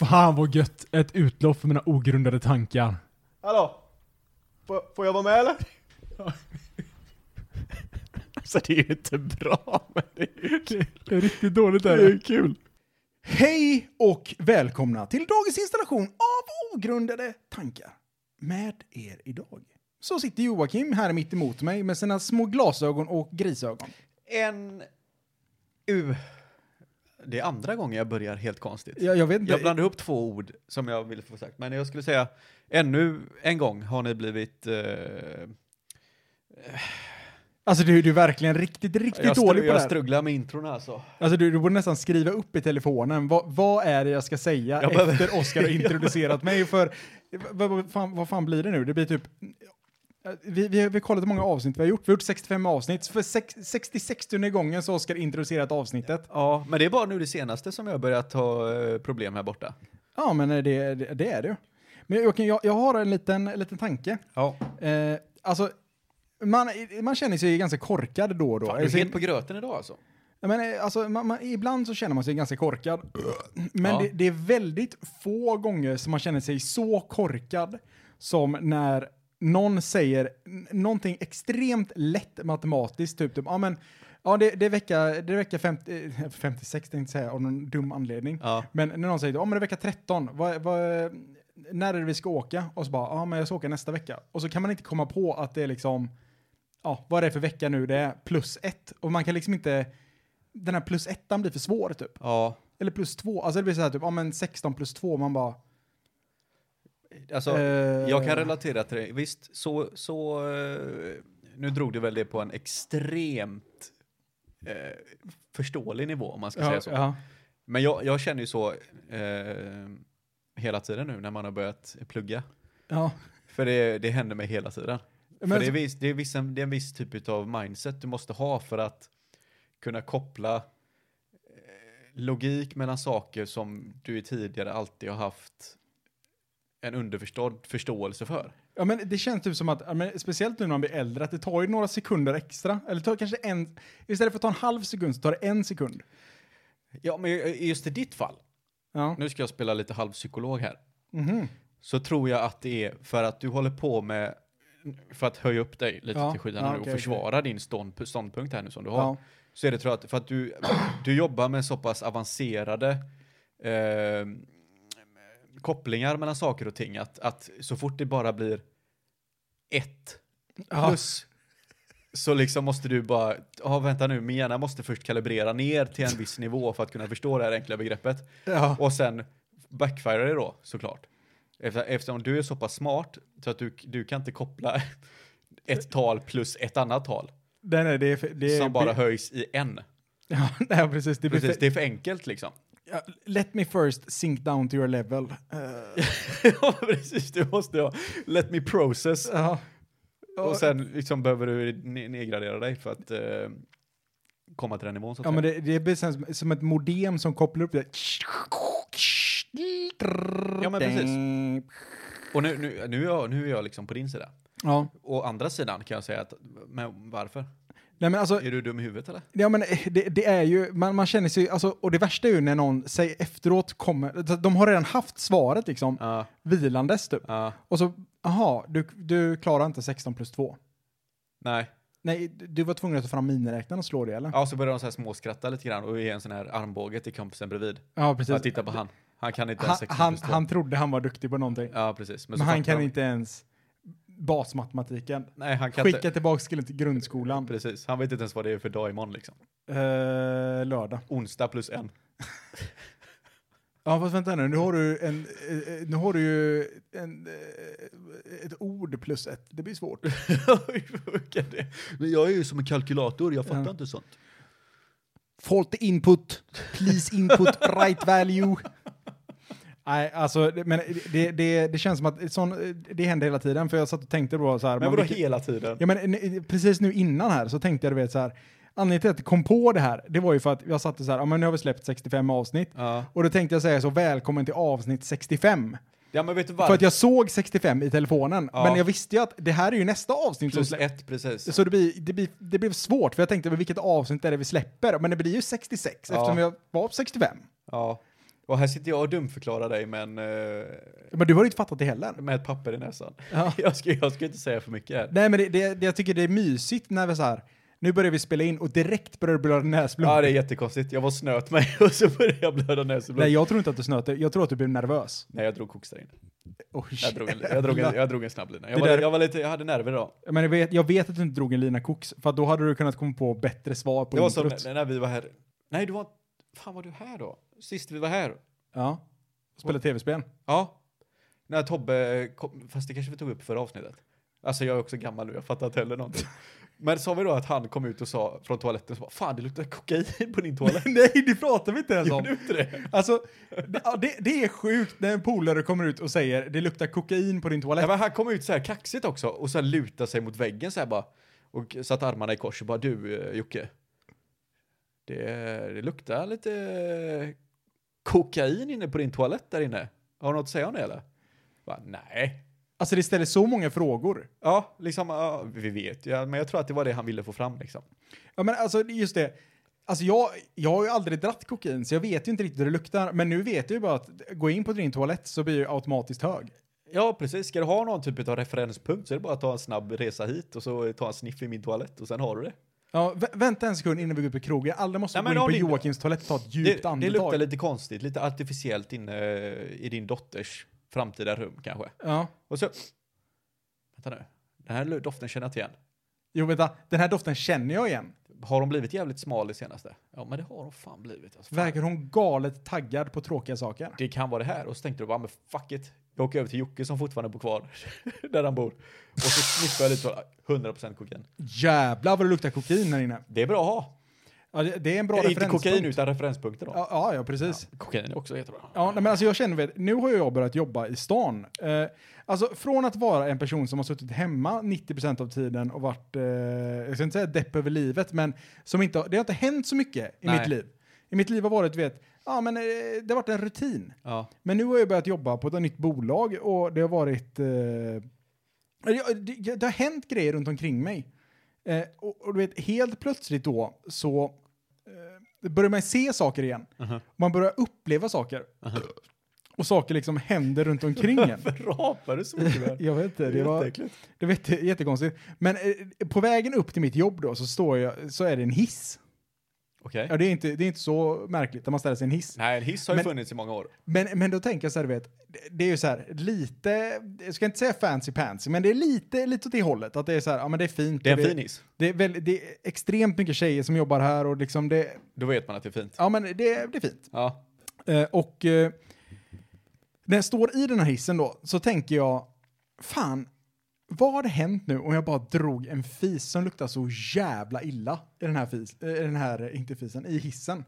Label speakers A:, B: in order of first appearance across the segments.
A: Fan vad gött. Ett utlopp för mina ogrundade tankar.
B: Hallå? Får jag vara med eller?
C: Så det är ju inte bra, men det
A: är riktigt dåligt där.
C: Det är kul.
B: Hej och välkomna till dagens installation av ogrundade tankar. Med er idag så sitter Joakim här mitt emot mig med sina små glasögon och grisögon.
C: Det är andra gången jag börjar helt konstigt.
B: Jag vet inte.
C: Jag blandar ihop två ord som jag vill få sagt. Men jag skulle säga, ännu en gång har ni blivit...
B: Alltså du är verkligen riktigt dålig på det här.
C: Jag strugglar med introna alltså.
B: Alltså du borde nästan skriva upp i telefonen. Vad är det jag ska säga efter Oskar har introducerat mig för... Vad fan blir det nu? Det blir typ... Vi har kollat hur många avsnitt vi har gjort. Vi har gjort 65 avsnitt. För 60-60 gången så har Oskar introducerat avsnittet.
C: Ja, men det är bara nu det senaste som jag har börjat ha problem här borta.
B: Ja, men det är det ju. Men jag har en liten tanke.
C: Ja.
B: Alltså... Man känner sig ganska korkad då och då.
C: Fan, du är helt på gröten idag alltså?
B: Men, alltså ibland så känner man sig ganska korkad. Men det är väldigt få gånger som man känner sig så korkad som när någon säger någonting extremt lätt matematiskt. Typ det är vecka 56 tänkte jag säga av någon dum anledning. Ja. Men när någon säger men det är vecka 13. När är det vi ska åka? Och så bara, men jag ska åka nästa vecka. Och så kan man inte komma på att det är liksom... vad är det för vecka nu? Det är +1. Och man kan liksom inte... Den här +1 blir för svår typ.
C: Ja.
B: Eller +2. Alltså det blir så här typ, 16 + 2. Man bara...
C: Alltså, jag kan relatera till det. Visst, så nu drog du väl det på en extremt förståelig nivå, om man ska säga så. Ja. Men jag känner ju så hela tiden nu när man har börjat plugga. Ja. För det händer mig hela tiden. Men för det är en viss typ av mindset du måste ha för att kunna koppla logik mellan saker som du tidigare alltid har haft en underförstådd förståelse för. Ja, men det känns typ som att, speciellt nu när man blir äldre, att det tar ju några sekunder extra. Eller tar kanske istället för att ta en halv sekund så tar det 1 sekund. Ja, men just i ditt fall. Ja. Nu ska jag spela lite halvpsykolog här. Mm-hmm. Så tror jag att det är för att du håller på med, för att höja upp dig lite till skyarna och försvara din ståndpunkt här nu som du har. Ja. Så är det, tror jag, för att du jobbar med så pass avancerade kopplingar mellan saker och ting att så fort det bara blir 1 plus så liksom måste du bara vänta nu, min hjärna måste först kalibrera ner till en viss nivå för att kunna förstå det här enkla begreppet. Ja. Och sen backfire det då, såklart. Eftersom du är så pass smart så att du kan inte koppla ett tal plus ett annat tal. Nej, det som bara höjs i 1. Ja, nej, precis. Det är för enkelt liksom. Let me first sink down to your level. Ja, precis. Du måste ha let me process. Och sen liksom behöver du nedgradera dig för att komma till den nivån. Så att men det blir som ett modem som kopplar upp det. Ja, men precis. Och nu är jag liksom på din sida. Ja. Och andra sidan kan jag säga att, men varför? Nej, men alltså, är du dum i huvudet eller? Ja, men det är ju, man känner sig, alltså, och det värsta är ju när någon säger efteråt kommer, de har redan haft svaret liksom, vilandes typ. Och så, du klarar inte 16 + 2. Nej, du var tvungen att ta fram miniräknaren och slå det, eller? Ja, så börjar de så här småskratta lite grann och ge en sån här armbåge till kompisen bredvid. Ja, precis. Att titta på han kan inte ens 16 + 2. Han trodde han var duktig på någonting. Ja, precis. Men han kan inte ens basmatematiken. Nej, han kan skicka tillbaka skillen till grundskolan. Precis. Han vet inte ens vad det är för dag imorgon liksom. Lördag. Onsdag plus 1. Ja, fast vänta nu. Nu har du ju ett ord plus 1. Det blir svårt. Men jag är ju som en kalkylator. Jag fattar inte sånt. Faulty input. Please input right value. Nej, alltså, men det känns som att det händer hela tiden. För jag satt och tänkte då så här. Men vadå hela tiden? Ja, men precis nu innan här så tänkte jag, du vet, så här. Anledningen till att jag kom på det här, det var ju för att jag satt så här, men nu har vi släppt 65 avsnitt. Och då tänkte jag säga så, välkommen till avsnitt 65. Ja, men vet du vad? För att jag såg 65 i telefonen. Men jag visste ju att det här är ju nästa avsnitt. Plus 1, precis. Så det blev svårt, för jag tänkte, men vilket avsnitt är det vi släpper? Men det blir ju 66, eftersom vi var på 65. Ja. Och här sitter jag och dumförklarar dig men
B: du har ju inte fattat det heller.
C: med ett papper i näsan.
B: Ja.
C: Jag ska inte säga för mycket här.
B: Nej, men jag tycker det är mysigt när vi så här, nu börjar vi spela in och direkt börjar det blöda näsblod.
C: Ja, det är jättekonstigt. Jag var snöt mig och så började jag blöda näsblod.
B: Nej, jag tror inte att du snöt. Jag tror att du blev nervös.
C: Nej, jag drog kokstein.
B: Oh,
C: Jag drog en snabb lina. Jag hade nerver då.
B: Men jag vet att du inte drog en lina koks, för då hade du kunnat komma på bättre svar på
C: det var
B: introt.
C: som när vi var här. Nej, du var... Fan, var du här då? Sist vi var här.
B: Ja. Spelade tv-spel.
C: Ja. När Tobbe kom, fast det kanske vi tog upp förra avsnittet. Alltså jag är också gammal nu, jag fattar inte heller någonting. Men sa vi då att han kom ut och sa från toaletten så bara, fan det luktar kokain på din toalett.
B: Nej, det pratar vi inte ens om.
C: Gjorde du inte det?
B: Alltså, det är sjukt när en polare kommer ut och säger det luktar kokain på din toalett.
C: Ja, men han kom ut så här kaxigt också och så här lutar sig mot väggen så här bara och satt armarna i kors och bara, du Jocke. Det luktar lite kokain inne på din toalett där inne. Har du något att säga om det eller? Bara, nej.
B: Alltså det ställer så många frågor.
C: Ja, liksom, ja, vi vet. Ja, men jag tror att det var det han ville få fram liksom.
B: Ja, men alltså just det. Alltså jag har ju aldrig dratt kokain så jag vet ju inte riktigt hur det luktar. Men nu vet jag ju bara att gå in på din toalett så blir jag automatiskt hög.
C: Ja, precis. Ska du ha någon typ av referenspunkt så är det bara att ta en snabb resa hit och så ta en sniff i min toalett och sen har du det.
B: Ja, vänta en sekund innan vi går upp i krogen. Alla måste gå in på Joakims toalett och ta ett djupt andetag.
C: Det luktar lite konstigt, lite artificiellt inne i din dotters framtida rum kanske.
B: Ja.
C: Och så... Vänta nu. Den här doften känner jag inte igen.
B: Jo, vänta. Den här doften känner jag igen.
C: Har de blivit jävligt smal i senaste? Ja, men det har de fan blivit. Alltså, fan.
B: Verkar hon galet taggad på tråkiga saker?
C: Det kan vara det här. Och så tänkte du bara, men fuck it. Jag åker över till Jocke som fortfarande bor kvar. Där han bor. Och så sniffar jag lite 100% kokain.
B: Jävlar vad det luktar kokain här inne.
C: Det är bra att ha.
B: Ja, det är en bra referenspunkt.
C: Inte kokain utan referenspunkter då.
B: Ja, precis.
C: Ja, kokain är också jättebra.
B: Ja, men alltså jag känner, nu har jag börjat jobba i stan. Alltså från att vara en person som har suttit hemma 90% av tiden och varit, jag ska inte säga depp över livet, men som det har inte hänt så mycket i mitt liv. I mitt liv har varit, det har varit en rutin. Ja. Men nu har jag börjat jobba på ett nytt bolag och det har varit, det har hänt grejer runt omkring mig. Och du vet, helt plötsligt då så börjar man se saker igen. Man börjar uppleva saker. Och saker liksom händer runt omkring en.
C: Varför rapar du så mycket?
B: Jag vet inte, det var jättekonstigt. Men på vägen upp till mitt jobb då så är det en hiss.
C: Okay.
B: Ja, det är inte så märkligt att man ställer sig i en hiss.
C: Nej, en hiss har ju funnits i många år.
B: Men då tänker jag så här, det är ju så här lite, jag ska inte säga fancy pansy, men det är lite åt det hållet. Att det är så här, ja men det är fint.
C: Det är en fin hiss.
B: Det är extremt mycket tjejer som jobbar här och liksom det...
C: Då vet man att det är fint.
B: Ja, men det är fint.
C: Ja.
B: Och när jag står i den här hissen då så tänker jag, fan, vad hade hänt nu om jag bara drog en fis som luktar så jävla illa i hissen?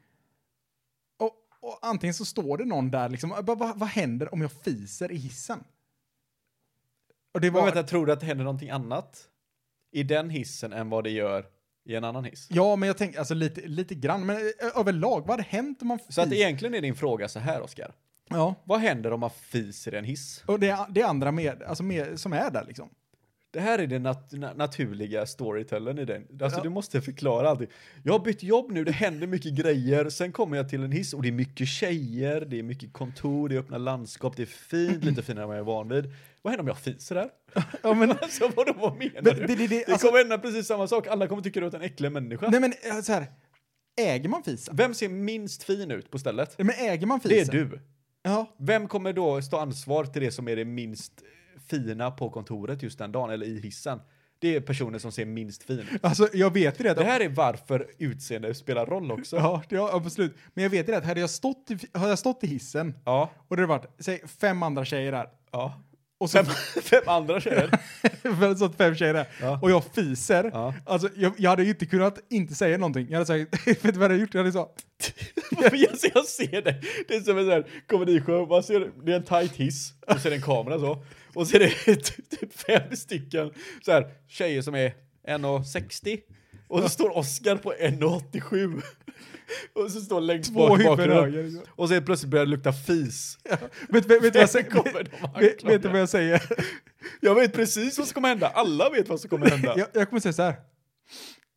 B: Och antingen så står det någon där liksom, vad händer om jag fiser i hissen? Och det var...
C: Jag tror du att det händer någonting annat i den hissen än vad det gör i en annan hiss?
B: Ja, men jag tänker alltså lite grann, men överlag, vad hade hänt om man fiser?
C: Så att egentligen är din fråga så här, Oskar.
B: Ja.
C: Vad händer om man fiser i en hiss?
B: Och det är andra som är där liksom.
C: Det här är den naturliga storytellen i den. Alltså du måste förklara allting. Jag har bytt jobb nu, det händer mycket grejer. Sen kommer jag till en hiss och det är mycket tjejer, det är mycket kontor, det är öppna landskap, det är fint, lite finare än vad jag är van vid. Vad händer om jag fiser där?
B: Ja, men
C: alltså, vad menar du? Det kommer hända precis samma sak. Alla kommer tycka du är en äcklig människa.
B: Nej, men så här, äger man fisen?
C: Vem ser minst fin ut på stället?
B: Men äger man fisen?
C: Det är du.
B: Ja.
C: Vem kommer då stå ansvar till det som är det minst fina på kontoret just den dagen eller i hissen? Det är personer som ser minst fin ut.
B: Alltså, jag vet ju det.
C: Det här är varför utseende spelar roll också.
B: Ja, absolut. Men jag vet ju det. Hade jag stått i hissen och det hade varit, säg 5 andra tjejer där.
C: Ja.
B: Och så
C: fem andra tjejer.
B: Så 5 tjejer där. Ja. Och jag fiser. Ja. Alltså, jag hade ju inte kunnat inte säga någonting. Jag hade sagt, vet du vad jag hade gjort? Jag hade sagt...
C: jag ser det. Det är som en sån här komedishow. Man ser, det är en tight hiss. Och så är det en kamera så. Och så är det typ 5 stycken så här, tjejer som är 1,60. Och så står Oskar på 1,87. Och så står längst bak bakgrunden. Och så plötsligt börjar det lukta fis.
B: Ja. Vet du vad jag säger?
C: Jag vet precis vad som kommer hända. Alla vet vad som kommer hända.
B: Jag kommer säga så här.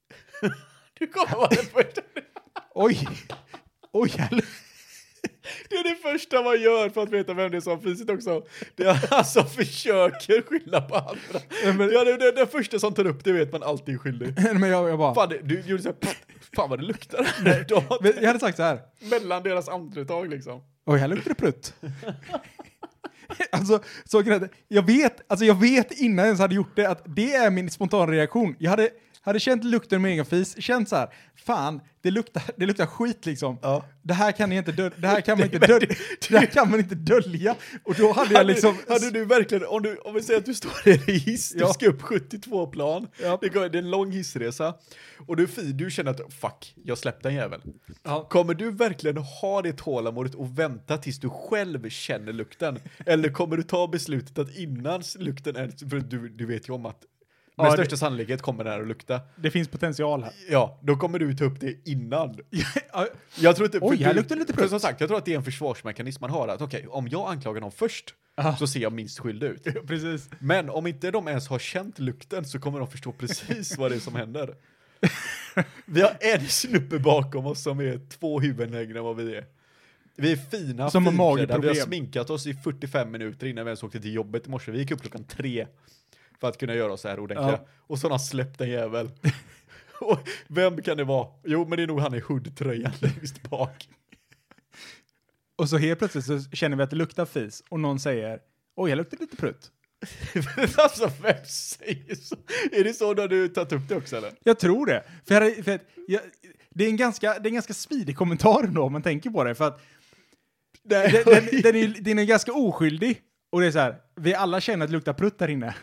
C: Du kommer vara det först.
B: Oj.
C: Det är det första man gör för att veta vem det är som har fisit också. Det är han som försöker skylla på andra. Det är den första som tar upp det, vet man alltid är skyldig.
B: Men jag bara...
C: Fan, du gjorde så här, fan vad det luktar.
B: Jag hade sagt så här.
C: Mellan deras andetag liksom.
B: Oj, här luktar det prutt. Alltså, så jag vet innan jag ens hade gjort det att det är min spontana reaktion. Jag hade känt lukten med egen fis, känt så här, fan, det luktar skit liksom. Ja. Det här kan man inte dölja. Och då hade jag liksom...
C: Hade du verkligen, om vi säger att du står i en hiss, du ska upp 72 plan, det är en lång hissresa, och du känner att, fuck, jag släppte en jävel. Ja. Kommer du verkligen ha det tålamodet och vänta tills du själv känner lukten? Eller kommer du ta beslutet att innan lukten är, för du vet ju om att med största sannolikhet kommer det här att lukta.
B: Det finns potential här.
C: Ja, då kommer du ta upp det innan. Jag tror inte...
B: Oj, här luktar lite
C: för som sagt, jag tror att det är en försvarsmekanism man har. Att okej, om jag anklagar någon först så ser jag minst skyldig ut.
B: Ja, precis.
C: Men om inte de ens har känt lukten så kommer de förstå precis vad det är som händer. Vi har en snuppe bakom oss som är 2 huvuden längre än vad vi är. Vi är fina,
B: som
C: finklädda. Vi har sminkat oss i 45 minuter innan vi ens åkte till jobbet i morse. Vi gick upp 3:00. För att kunna göra oss så här ordentliga. Ja. Och så har han släppt en jävel. Och vem kan det vara? Jo, men det är nog han i hoodtröjan längst bak.
B: Och så helt plötsligt så känner vi att det luktar fis. Och någon säger, oj, jag luktar lite prutt.
C: Alltså, vem säger så? Är det så när du tagit upp det också, eller?
B: Jag tror det. Det är en ganska speedig kommentar då, om man tänker på det. För att den är ganska oskyldig. Och det är så här, vi alla känner att det luktar prutt där inne.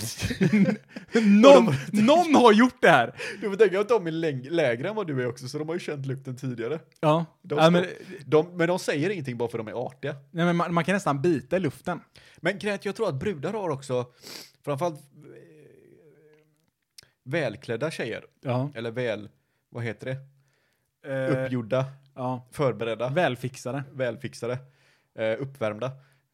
B: någon har gjort det här.
C: Du får tänka att de är lägre än vad du är också, så de har ju känt lukten tidigare.
B: Ja.
C: Men de säger ingenting bara för de är artiga.
B: Nej, men man kan nästan bita i luften.
C: Men jag tror att brudar har också, framförallt välklädda tjejer. Ja. Eller vad heter det? Uppgjorda.
B: Ja.
C: Förberedda.
B: Välfixade.
C: Uppvärmda.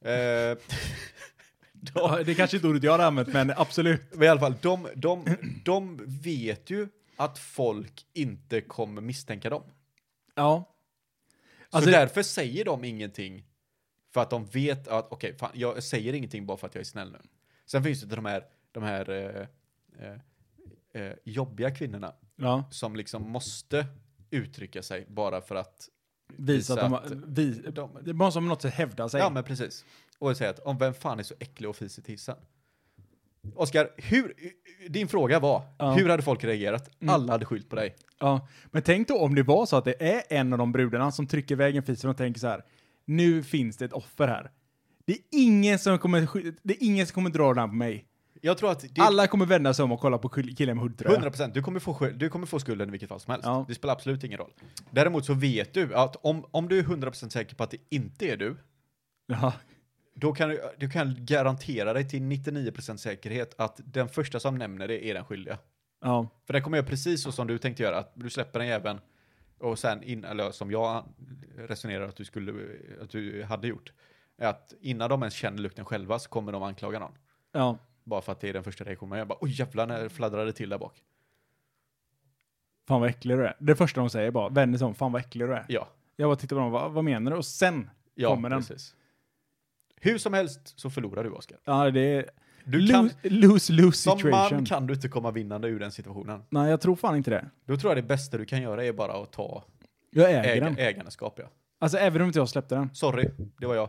B: Det är kanske inte ordet jag har använt, men absolut.
C: Men i alla fall, de vet ju att folk inte kommer misstänka dem.
B: Ja.
C: Alltså, så därför säger de ingenting. För att de vet att, okej, fan, jag säger ingenting bara för att jag är snäll nu. Sen finns det de här jobbiga kvinnorna. Ja. Som liksom måste uttrycka sig bara för att
B: visa att det måste som något sätt hävda sig.
C: Ja, men precis. Och säga att om vem fan är så äcklig och fisigt hissen? Oskar, din fråga var, hur hade folk reagerat? Alla hade skyllt på dig.
B: Ja, men tänk då om det var så att det är en av de brudarna som trycker vägen fisen och tänker så här, nu finns det ett offer här. Det är ingen som kommer dra den på mig.
C: Jag tror att
B: alla kommer vända sig om och kolla på killen med hoodtröja.
C: 100%. Du kommer få skulden i vilket fall som helst. Ja. Det spelar absolut ingen roll. Däremot så vet du att om du är 100% säker på att det inte är du, då kan du kan garantera dig till 99% säkerhet att den första som nämner det är den skyldiga. Ja. För det kommer jag precis så som du tänkte göra, att du släpper den jäveln och sen eller som jag resonerar att du hade gjort, är att innan de ens känner lukten själva så kommer de anklaga någon. Ja. Bara för att det är den första reaktionen. Jag bara, oj jävlar, när fladdrade till där bak.
B: Fan vad äcklig du är. Det första de säger bara, vänder sig om, fan vad äcklig du är.
C: Ja.
B: Jag bara tittar på dem, vad menar du? Och sen kommer den.
C: Precis. Hur som helst så förlorar du, Oskar.
B: Ja, det är lose situation.
C: Som man kan du inte komma vinnande ur den situationen.
B: Nej, jag tror fan inte det.
C: Då tror jag det bästa du kan göra är bara att ta ägandeskap. Ja.
B: Alltså även om inte jag släppte den.
C: Sorry, det var jag.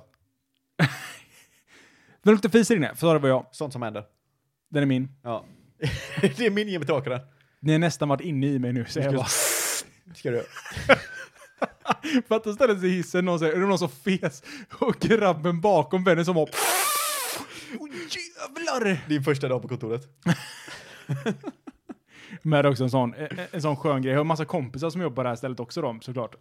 B: Den luktar fis i inne, för det var jag.
C: Sånt som händer.
B: Den är min.
C: Ja. Det är min, ge mig tillbaka den.
B: Ni har nästan varit inne i mig nu, så jag bara...
C: Ska du?
B: För att då ställer sig i hissen och säger, är det någon som fes? Och grabben bakom vännen som var... Jävlar!
C: Din första dag på kontoret.
B: Med också en sån skön grej. Jag har en massa kompisar som jobbar på det här stället också då, såklart.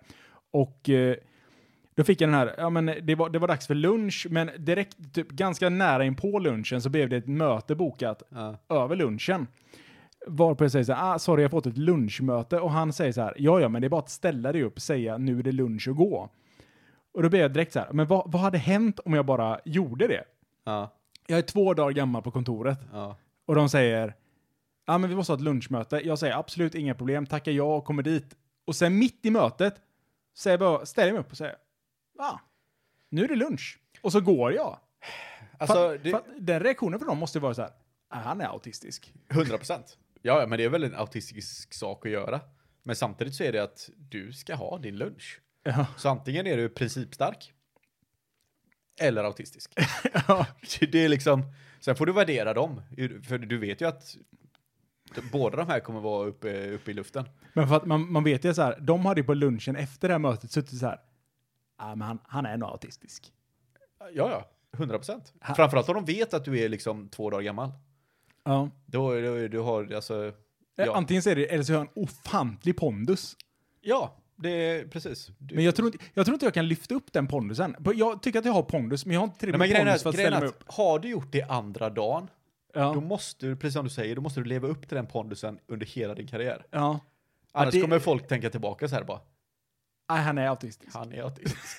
B: Då fick jag den här, ja men det var dags för lunch, men direkt typ ganska nära in på lunchen så blev det ett möte bokat över lunchen. Varpå jag säger så här, sorry, jag har fått ett lunchmöte, och han säger så här, ja men det är bara att ställa dig upp och säga, nu är det lunch och gå. Och då blev jag direkt så här, men vad hade hänt om jag bara gjorde det? Ja. Jag är 2 dagar gammal på kontoret. Ja. Och de säger, men vi måste ha ett lunchmöte. Jag säger absolut inga problem, tackar jag och kommer dit. Och sen mitt i mötet säger jag bara, ställer mig upp och säger, nu är det lunch. Och så går jag.
C: Alltså,
B: För att den reaktionen för dem måste vara så här, han är autistisk.
C: 100%. Ja, men det är väl en autistisk sak att göra. Men samtidigt så är det att du ska ha din lunch.
B: Ja.
C: Så antingen är du principstark eller autistisk.
B: Ja.
C: Det är liksom, sen får du värdera dem. För du vet ju att båda de här kommer vara uppe i luften.
B: Men för att man vet ju så här, de hade ju på lunchen efter det här mötet suttit så här, men han är nog autistisk.
C: Ja, 100%. Framförallt om de vet att du är liksom 2 dagar gammal.
B: Ja.
C: Då du har alltså... Ja.
B: Antingen så är det, eller så har han ofantlig pondus.
C: Ja, det är precis.
B: Men jag tror inte jag kan lyfta upp den pondusen. Jag tycker att jag har pondus, men jag har inte tillräckligt pondus för att ställa mig upp.
C: Har du gjort det andra dagen,
B: Ja.
C: då måste du, precis som du säger, då måste du leva upp till den pondusen under hela din karriär.
B: Ja.
C: Annars kommer folk tänka tillbaka så här bara.
B: Nej, han är autistisk.
C: Han är autistisk.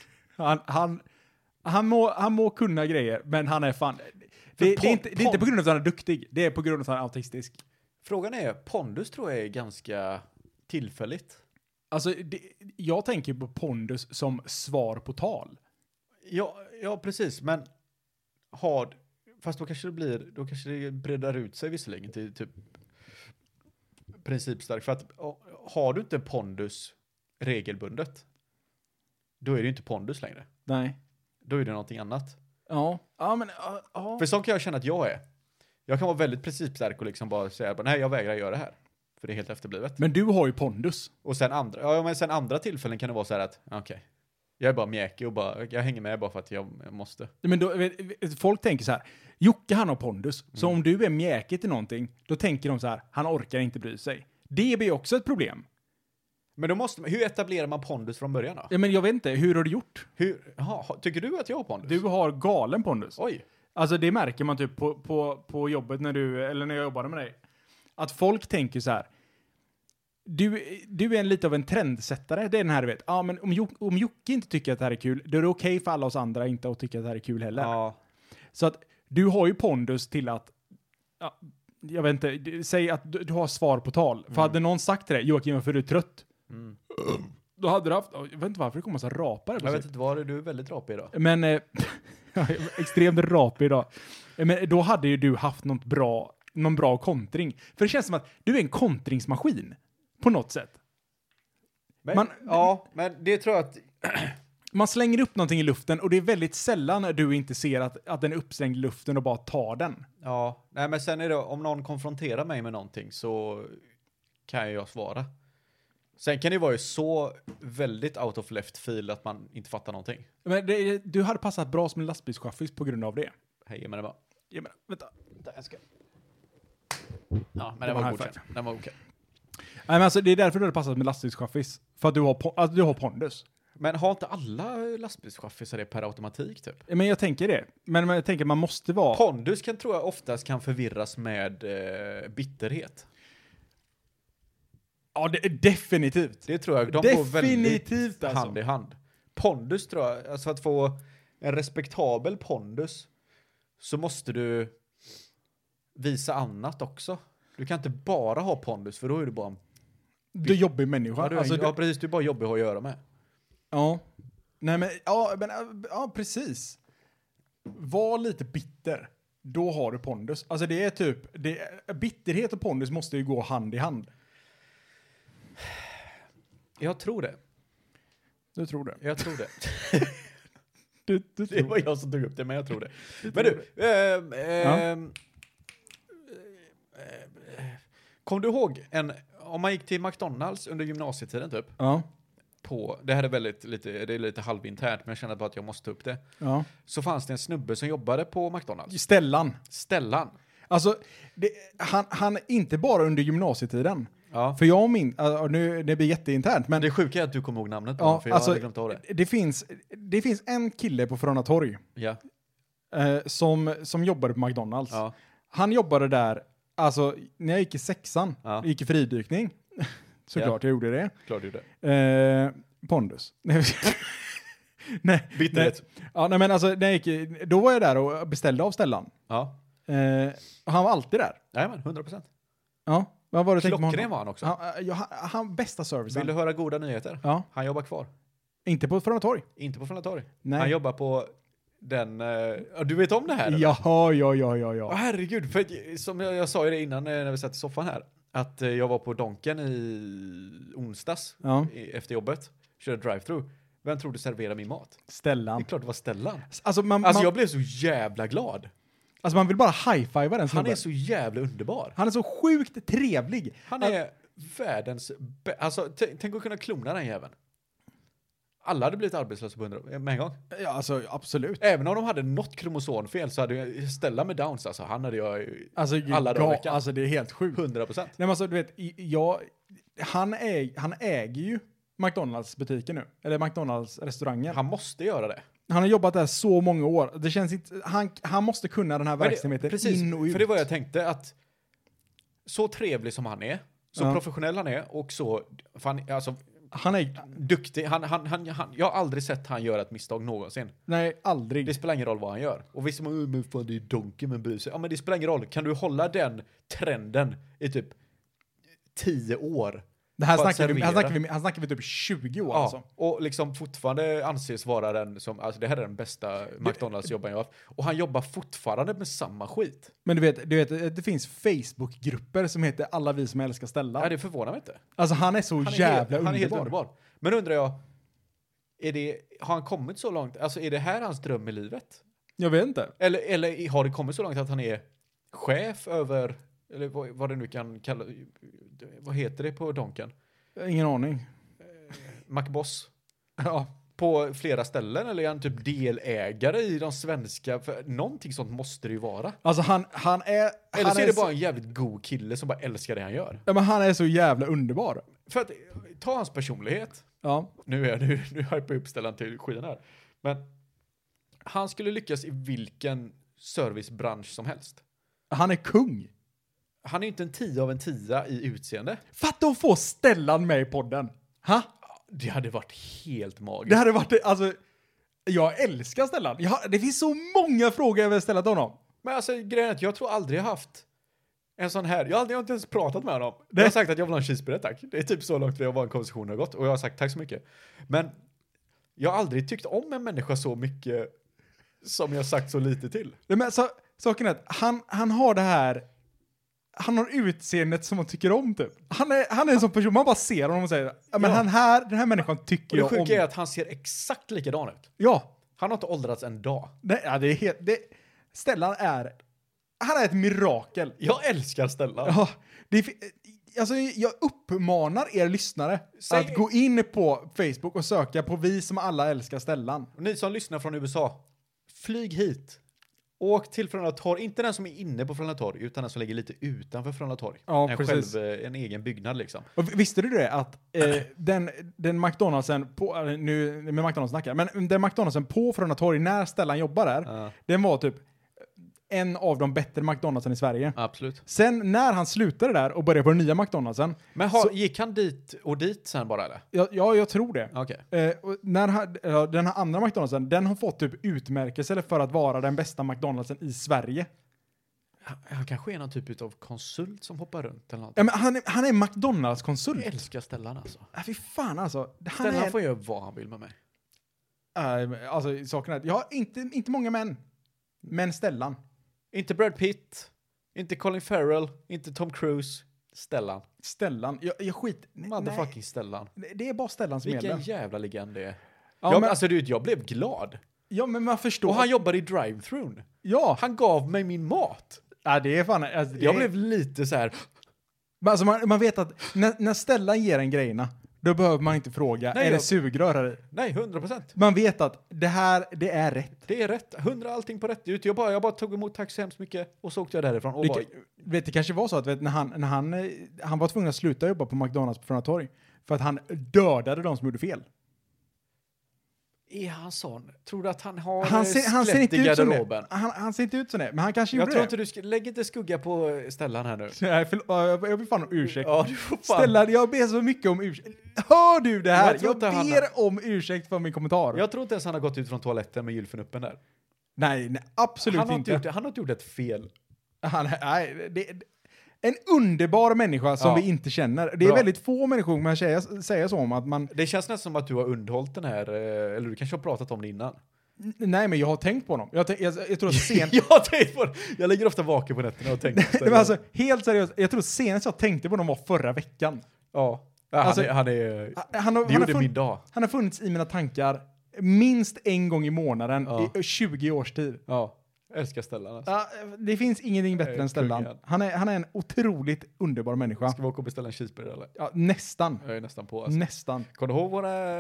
B: Han må kunna grejer, men han är fan... Det är inte på grund av att han är duktig, det är på grund av att han är autistisk.
C: Frågan är, pondus tror jag är ganska tillfälligt.
B: Alltså, jag tänker på pondus som svar på tal.
C: Ja, precis, men fast då kanske det breddar ut sig visserligen till typ principstark. För att har du inte pondus regelbundet, då är det ju inte pondus längre.
B: Nej.
C: Då är det någonting annat.
B: Ja, men...
C: För så kan jag känna att jag är. Jag kan vara väldigt principstark och liksom bara säga, nej, jag vägrar göra det här. För det är helt efterblivet.
B: Men du har ju pondus.
C: Och sen andra tillfällen kan det vara så här att, okej. Jag är bara mjäkig och jag hänger med bara för att jag måste.
B: Men då, folk tänker så här, Jocke han har pondus. Så om du är mjäkig till någonting, då tänker de så här, han orkar inte bry sig. Det blir också ett problem.
C: Men då hur etablerar man pondus från början då?
B: Ja, men jag vet inte, hur har du gjort?
C: Tycker du att jag har pondus?
B: Du har galen pondus.
C: Oj.
B: Alltså det märker man typ på jobbet när jag jobbade med dig. Att folk tänker så här, du är lite av en trendsättare, det är den här du vet. Ja, men om Jocke inte tycker att det här är kul, då är det okej för alla oss andra inte att tycka att det här är kul heller.
C: Ja.
B: Så att du har ju pondus till att, jag vet inte, säg att du har svar på tal. För hade någon sagt till dig, Joakim, varför är du trött? Då hade du haft, jag vet inte varför det kommer så rapare.
C: Jag vet inte vad du är väldigt rapig idag.
B: Men, extremt rapig idag. Men då hade ju du haft någon bra kontring. För det känns som att du är en kontringsmaskin. På något sätt.
C: Men det tror jag att...
B: Man slänger upp någonting i luften och det är väldigt sällan när du inte ser att den är uppslängd i luften och bara tar den.
C: Ja, nej men sen är det, om någon konfronterar mig med någonting så kan jag svara. Sen kan det vara ju så väldigt out of left field att man inte fattar någonting.
B: Men du hade passat bra som en lastbilschaffis på grund av det.
C: Hej, men det var...
B: Vänta.
C: Där, jag ska... Ja, men det var godkänd. Den var okej.
B: Nej, men alltså, det är därför du hade passat med lastbilschaffis. För att du har pondus.
C: Men har inte alla lastbilschaffisar det per automatik typ?
B: Men jag tänker det. Men jag tänker man måste vara...
C: Pondus tror jag oftast kan förvirras med bitterhet.
B: Ja, det är definitivt.
C: Det tror jag. De går väldigt hand i hand. Pondus tror jag, alltså att få en respektabel pondus så måste du visa annat också. Du kan inte bara ha pondus för då är du bara en...
B: Du är jobbig människa.
C: Ja, precis. Du är bara jobbig att göra med.
B: Ja. Nej, men ja, precis. Var lite bitter. Då har du pondus. Alltså det är typ... bitterhet och pondus måste ju gå hand i hand.
C: Jag tror det.
B: Du tror det?
C: Jag tror det.
B: Du tror
C: det var jag som tog upp det, men jag tror det. Men du, kom du ihåg om man gick till McDonalds under gymnasietiden typ?
B: Ja.
C: Det här är lite halvinternt, men jag känner bara att jag måste ta upp det.
B: Ja.
C: Så fanns det en snubbe som jobbade på McDonalds.
B: Stellan. Alltså, han inte bara under gymnasietiden.
C: Ja.
B: För jag nu det blir jätteinternt, men
C: det sjuka är att du kommer ihåg namnet på för jag hade glömt av det.
B: Det finns en kille på Fröna Torg.
C: Ja.
B: Som jobbade på McDonalds.
C: Ja.
B: Han jobbade där, alltså när jag gick i 6:an, gick i fridykning. Såklart jag gjorde det.
C: Klart du gjorde.
B: Pondus.
C: Nej. Bitterhet.
B: Nej, men alltså då var jag där och beställde av Stellan.
C: Ja.
B: Han var alltid där.
C: Nej, men 100%.
B: Ja. Vad var det?
C: Klockren var han också.
B: Han bästa servicen.
C: Vill du höra goda nyheter?
B: Ja.
C: Han jobbar kvar.
B: Inte på Frölunda Torg.
C: Inte på Frölunda Torg.
B: Nej.
C: Han jobbar på den... du vet om det här? Eller?
B: Jaha, ja.
C: Åh, herregud, för att, som jag sa ju det innan när vi satt i soffan här. Att jag var på Donken i onsdags efter jobbet. Körde drive-thru. Vem tror du serverar min mat?
B: Stellan.
C: Det är klart det var Stellan.
B: Alltså,
C: jag blev så jävla glad.
B: Alltså man vill bara high-fiva den snubben.
C: Han är så jävla underbar.
B: Han är så sjukt trevlig.
C: Han är världens... Alltså, tänk att kunna klona den jäveln. Alla hade blivit arbetslösa med en gång.
B: Ja, alltså absolut.
C: Även om de hade något kromosomfel så hade jag Stellan med Downs. Alltså, han hade jag
B: alltså,
C: alla dagar i veckan.
B: Alltså det är helt sjukt.
C: 100%.
B: Nej, men alltså, du vet, han äger ju McDonalds-butiken nu. Eller McDonalds-restaurangen.
C: Han måste göra det.
B: Han har jobbat där så många år. Det känns inte... Han måste kunna den här verksamheten
C: precis,
B: in och ut.
C: För det var jag tänkte att så trevlig som han är, så professionell han är och så... Han är duktig. Jag har aldrig sett han göra ett misstag någonsin.
B: Nej, aldrig.
C: Det spelar ingen roll vad han gör. Och visst men fan, det är Donken men bryr sig. Ja, men det spelar ingen roll. Kan du hålla den trenden i typ 10 år?
B: Det här snackar vi typ 20 år.
C: Ja,
B: alltså.
C: Och liksom fortfarande anses vara den som, alltså det här är den bästa McDonalds-jobben jag har haft. Och han jobbar fortfarande med samma skit.
B: Men du vet, det finns Facebook-grupper som heter Alla vi som älskar Stellan.
C: Nej, det förvånar mig inte.
B: Alltså han är så jävla underbar.
C: Han är helt underbar. Men undrar jag, har han kommit så långt? Alltså är det här hans dröm i livet?
B: Jag vet inte.
C: Eller har det kommit så långt att han är chef över, eller vad det nu kan kalla, vad heter det på Donken?
B: Ingen aning.
C: McBoss.
B: Ja.
C: På flera ställen, eller är han typ delägare i de svenska? För någonting sånt måste det ju vara.
B: Alltså han är...
C: Eller så är det bara en jävligt god kille som bara älskar det han gör.
B: Ja, men han är så jävla underbar.
C: För att ta hans personlighet.
B: Ja.
C: Nu hypar jag upp Stellan till skiten här. Men han skulle lyckas i vilken servicebransch som helst.
B: Han är kung.
C: Han är inte en 10 av en 10 i utseende.
B: Fatta att få Stellan med i podden. Ha?
C: Det hade varit helt magiskt.
B: Det hade varit, alltså... Jag älskar Stellan. Det finns så många frågor jag vill ställa till honom.
C: Men alltså, grejen är att jag tror aldrig jag haft en sån här... Jag har inte ens pratat med honom. Jag har sagt att jag vill ha en cheeseburgare, tack. Det är typ så långt vi var en konversation har gått. Och jag har sagt tack så mycket. Men jag har aldrig tyckt om en människa så mycket som jag sagt så lite till.
B: Nej, men så, saken är att han har det här... Han har utseendet som man tycker om typ. Han är en sån person, man bara ser honom och säger ja, men den här människan tycker jag om.
C: Det sjuka är att han ser exakt likadan ut.
B: Ja.
C: Han har inte åldrats en dag.
B: Det är helt... Stellan han är ett mirakel.
C: Jag älskar Stellan.
B: Ja, alltså jag uppmanar er lyssnare att gå in på Facebook och söka på vi som alla älskar Stellan.
C: Och ni som lyssnar från USA, flyg hit. Åk till Frölunda Torg, inte den som är inne på Frölunda Torg, utan den som ligger lite utanför Frölunda Torg.
B: Ja, precis.
C: En egen byggnad liksom.
B: Och visste du det att den McDonaldsen på, nu med McDonalds snackar, men den McDonaldsen på Frölunda Torg när Stellan jobbar där, den var typ en av de bättre McDonaldsen i Sverige.
C: Absolut.
B: Sen när han slutade där och började på den nya McDonaldsen.
C: Men gick han dit sen bara eller?
B: Ja, jag tror det.
C: Okay.
B: Och den här andra McDonaldsen, den har fått typ utmärkelse för att vara den bästa McDonaldsen i Sverige.
C: Han kanske är någon typ av konsult som hoppar runt eller något.
B: Ja, men han är McDonalds-konsult.
C: Jag älskar Stellan alltså.
B: Fy fan alltså.
C: Stellan får göra vad han vill med mig.
B: Alltså saken är att jag har inte många män. Men Stellan.
C: Inte Brad Pitt, inte Colin Farrell, inte Tom Cruise. Stellan.
B: Jag skit...
C: Motherfucking Stellan.
B: Det är bara Stellan som
C: vilken
B: gäller.
C: Vilken jävla legend det är.
B: Ja,
C: alltså jag blev glad.
B: Ja, men man förstår.
C: Och han jobbar i drive-thrun.
B: Ja.
C: Han gav mig min mat.
B: Ja, det är fan... Alltså,
C: jag blev lite så här...
B: Alltså man vet att när Stellan ger en grejerna, då behöver man inte fråga, är det sugrör här?
C: Nej, 100%.
B: Man vet att det är rätt.
C: Det är rätt. 100 allting på rätt ut. Jag bara tog emot tack så hemskt mycket och så åkte jag därifrån. Och
B: det kanske var så att när han var tvungen att sluta jobba på McDonalds på Frölunda Torg för att han dödade de som gjorde fel.
C: Är han sån? Tror du att han har
B: han ser inte
C: i
B: garderoben? Han ser inte ut som det, men han kanske gjorde det.
C: Jag tror inte lägg inte skugga på Stellan här nu.
B: Nej, jag ber fan om ursäkt.
C: Ja, du får fan.
B: Stellan, jag ber så mycket om ursäkt. Hör du det här? Jag ber om ursäkt för min kommentar.
C: Jag tror inte ens han har gått ut från toaletten med gylfen där.
B: Nej, absolut inte.
C: Han har inte gjort ett fel.
B: En underbar människa som vi inte känner. Det är
C: Bra.
B: väldigt få människor man säger så om att man...
C: Det känns nästan som att du har underhållit den här, eller du kanske har pratat om det innan.
B: Nej, men jag har tänkt på honom. Jag tror sent...
C: Jag har tänkt på det. Jag ligger ofta vaken på nätterna och tänker på det.
B: Men alltså, helt seriöst, jag tror senast jag tänkte på honom var förra veckan.
C: Ja,
B: Alltså,
C: det gjorde min dag.
B: Han har funnits i mina tankar minst en gång i månaden i 20 års tid.
C: Ja, älskar Stellan alltså.
B: Ja, det finns ingenting bättre än Stellan. Han är en otroligt underbar människa.
C: Ska vi åka och beställa en cheeseburgare eller?
B: Ja, nästan.
C: Jag är nästan på alltså.
B: Nästan.
C: Kommer du ihåg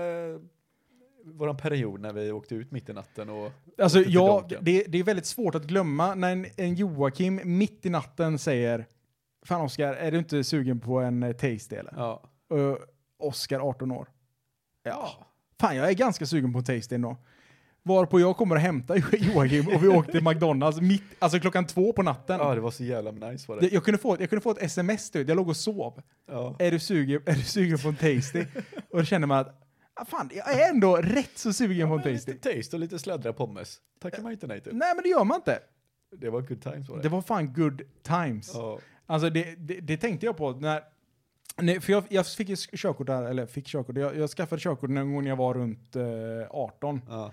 C: våran period när vi åkte ut mitt i natten och...
B: Alltså det är väldigt svårt att glömma när en Joakim mitt i natten säger fan Oskar, är du inte sugen på en tasty eller?
C: Ja.
B: Oskar 18 år. Ja. Fan, jag är ganska sugen på en tasty ändå. Varpå jag kommer att hämta Joakim och vi åkte till McDonalds alltså 2:00 på natten.
C: Ja, det var så jävla nice var det.
B: Jag kunde få ett sms ut. Jag låg och sov.
C: Ja.
B: Är du sugen på en tasty? Och då kände man att fan, jag är ändå rätt så sugen på en tasty.
C: Lite taste och lite sladdra pommes. Tackar man inte nej till.
B: Nej, men det gör man inte.
C: Det var good times var det.
B: Det var fan good times.
C: Ja.
B: Alltså det tänkte jag på för jag fick ju körkort där, eller fick körkort. Jag skaffade körkort någon gång när jag var runt 18.
C: Ja.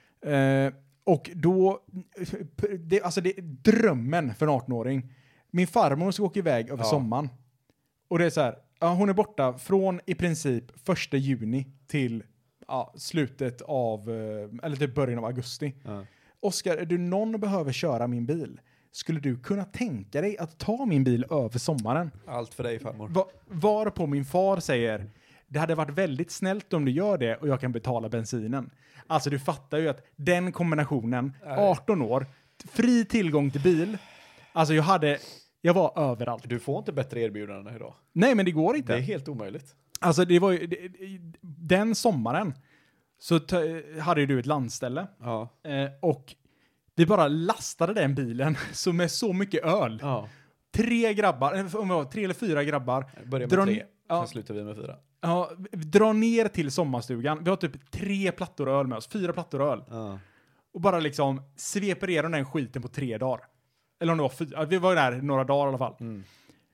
B: Och då, det är drömmen för en 18-åring. Min farmor ska åka iväg över sommaren. Och det är så här, hon är borta från i princip 1 juni till slutet av, eller till början av augusti.
C: Ja.
B: Oskar, är du någon behöver köra min bil? Skulle du kunna tänka dig att ta min bil över sommaren?
C: Allt för dig farmor.
B: Var på min far säger, det hade varit väldigt snällt om du gör det och jag kan betala bensinen. Alltså du fattar ju att den kombinationen, 18 år, fri tillgång till bil, alltså jag var överallt.
C: Du får inte bättre erbjudanden idag.
B: Nej, men det går inte.
C: Det är helt omöjligt.
B: Alltså det var ju, den sommaren så hade ju du ett landställe.
C: Ja.
B: Och vi bara lastade den bilen så med så mycket öl.
C: Ja.
B: 3 eller 4 grabbar.
C: Börjar med 3, sen slutar vi med 4.
B: Ja, dra ner till sommarstugan. Vi har typ 3 plattor öl med oss. 4 plattor öl.
C: Ja.
B: Och bara liksom sveper igenom den skiten på 3 dagar. Eller om det var 4. Vi var där några dagar i alla fall.
C: Mm.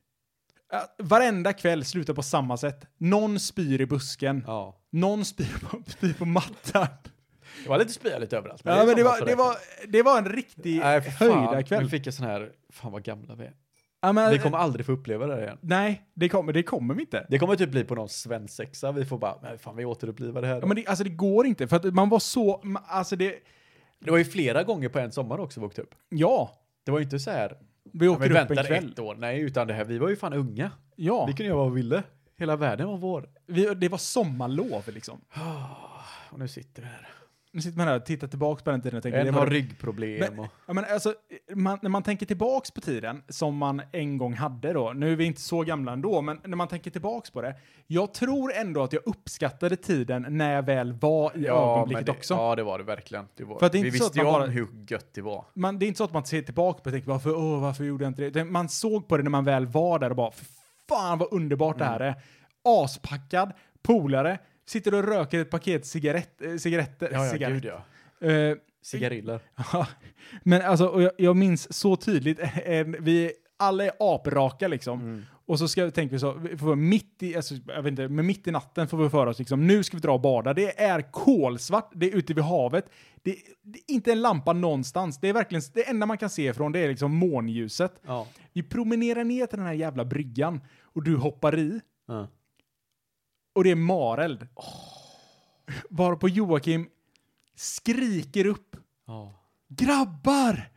B: Varenda kväll slutar på samma sätt. Någon spyr i busken.
C: Ja.
B: Någon spyr på mattan.
C: Det var lite spya lite överallt.
B: Men det var en riktig höjdarkväll.
C: Nu fick jag sån här, fan vad gamla vi är.
B: Ja, men,
C: vi kommer aldrig få uppleva det här igen.
B: Nej, det kommer vi inte.
C: Det kommer typ bli på någon svensexa. Vi får bara, men fan vi återupplivar det här.
B: Ja, men det går inte. För att man var så, alltså det
C: var ju flera gånger på en sommar också vi åkte upp.
B: Ja.
C: Det var ju inte så här,
B: vi åkte upp en kväll.
C: 1 år. Nej, utan det här, vi var ju fan unga.
B: Ja.
C: Vi kunde göra vad vi ville. Hela världen var vår.
B: Det var sommarlov liksom.
C: Och nu sitter vi här.
B: Nu sitter man här och tittar tillbaka på den tiden och tänker...
C: En har ryggproblem.
B: Men alltså, när man tänker tillbaks på tiden som man en gång hade då, nu är vi inte så gamla ändå, men när man tänker tillbaks på det, jag tror ändå att jag uppskattade tiden när jag väl var i ögonblicket också.
C: Ja, det var det verkligen.
B: För att det är
C: vi
B: inte
C: visste ju om hur gött det var.
B: Det är inte så att man ser tillbaka på och tänker, varför gjorde jag inte det? Man såg på det när man väl var där och bara, fan vad underbart det här är. Aspackad, polare, sitter och röker ett paket cigaretter.
C: Ja, gud ja. Cigariller.
B: Men alltså, och jag minns så tydligt, vi alla är apraka liksom. Mm. Och så tänker vi så, vi får mitt i natten får vi för oss liksom, nu ska vi dra och bada. Det är kolsvart, det är ute vid havet. Det är inte en lampa någonstans. Det är verkligen, det enda man kan se från det är liksom månljuset. Ja. Vi promenerar ner till den här jävla bryggan och du hoppar i. Ja. Och det är mareld. Varpå Joakim skriker upp. Oh. Grabbar!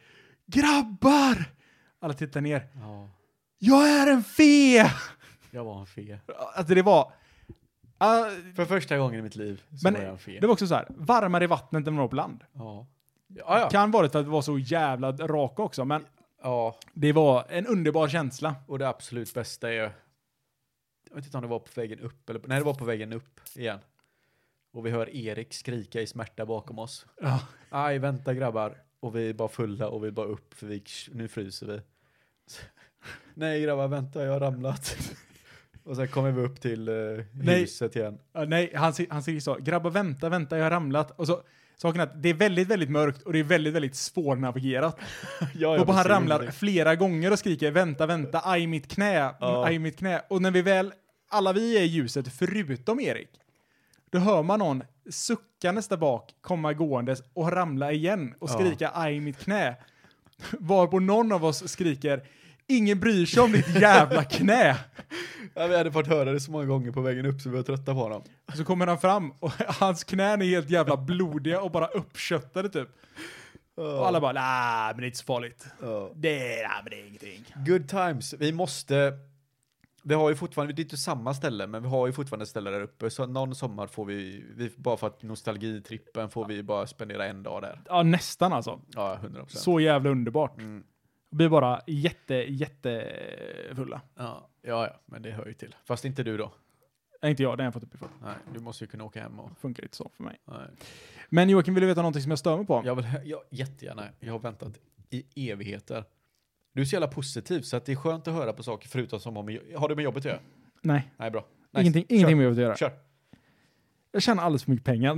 B: Alla tittar ner. Oh. Jag är en fe!
C: Jag var en fe.
B: Alltså det var...
C: för första gången i mitt liv så var jag en fe.
B: Det var också så här, varmare i vattnet än man var på land.
C: Oh.
B: Ja. Kan vara för att det var så jävla raka också, men det var en underbar känsla.
C: Och det absolut bästa är... Jag vet inte om det var på vägen upp eller... Nej, det var på vägen upp igen. Och vi hör Erik skrika i smärta bakom oss. Ja. Aj, vänta grabbar. Och vi är bara fulla och vi bara upp för nu fryser vi. Nej grabbar, vänta, jag har ramlat. Och sen kommer vi upp till huset igen.
B: Nej, han säger så. Grabbar, vänta, jag har ramlat. Och så Saken är att det är väldigt, väldigt mörkt och det är väldigt, väldigt svårnavigerat. Och han ramlar flera gånger och skriker vänta, aj mitt knä, aj mitt knä. Och när alla vi är i ljuset förutom Erik, då hör man någon suckandes där bak komma gåendes och ramla igen och skrika aj mitt knä. Varpå någon av oss skriker ingen bryr sig om ditt jävla knä.
C: Ja, vi hade fått höra det så många gånger på vägen upp så vi var trötta på honom.
B: Så kommer han fram och hans knän är helt jävla blodiga och bara uppköttade typ. Och alla bara, men det är inte så farligt. Det är ingenting.
C: Good times. Vi har ju fortfarande, det är inte samma ställe, men vi har ju fortfarande ställe där uppe. Så någon sommar får vi bara för att nostalgitrippen får vi bara spendera en dag där.
B: Ja, nästan alltså.
C: Ja, 100%.
B: Så jävla underbart. Vi blir bara jättefulla.
C: Ja, men det hör ju till. Fast inte du då.
B: Inte jag, den har jag fått upp ifrån.
C: Nej, du måste ju kunna åka hem och...
B: Funkar inte så för mig.
C: Nej.
B: Men Joakim, vill du veta någonting som jag stör mig på?
C: Jättegärna. Jag har väntat i evigheter. Du är så jävla positiv så att det är skönt att höra på saker förutom som om... Har du med jobbet att göra?
B: Nej.
C: Nej, bra.
B: Nice. Ingenting med jobbet att göra.
C: Kör.
B: Jag tjänar alldeles för mycket pengar.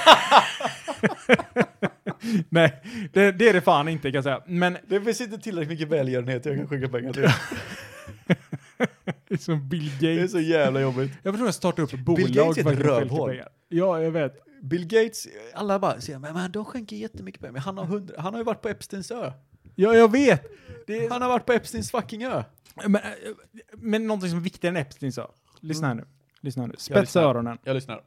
B: Nej, det är det fan inte kan jag säga. Men
C: det finns inte tillräckligt mymycket välgörenhet jag kan skicka pengar till.
B: Det är som Bill Gates.
C: Det är så jävla jobbigt.
B: Jag förstår att starta upp ett bolag.
C: Bill Gates är ett rövhål.
B: Ja, jag vet.
C: Bill Gates, alla bara säger, men de skänker jättemycket pengar. Men han har ju varit på Epsteins ö.
B: Ja, jag vet.
C: Han har varit på Epsteins fucking ö.
B: Men någonting som är viktigare än Epsteins ö. Lyssna här nu. Spetsa öronen.
C: Jag lyssnar.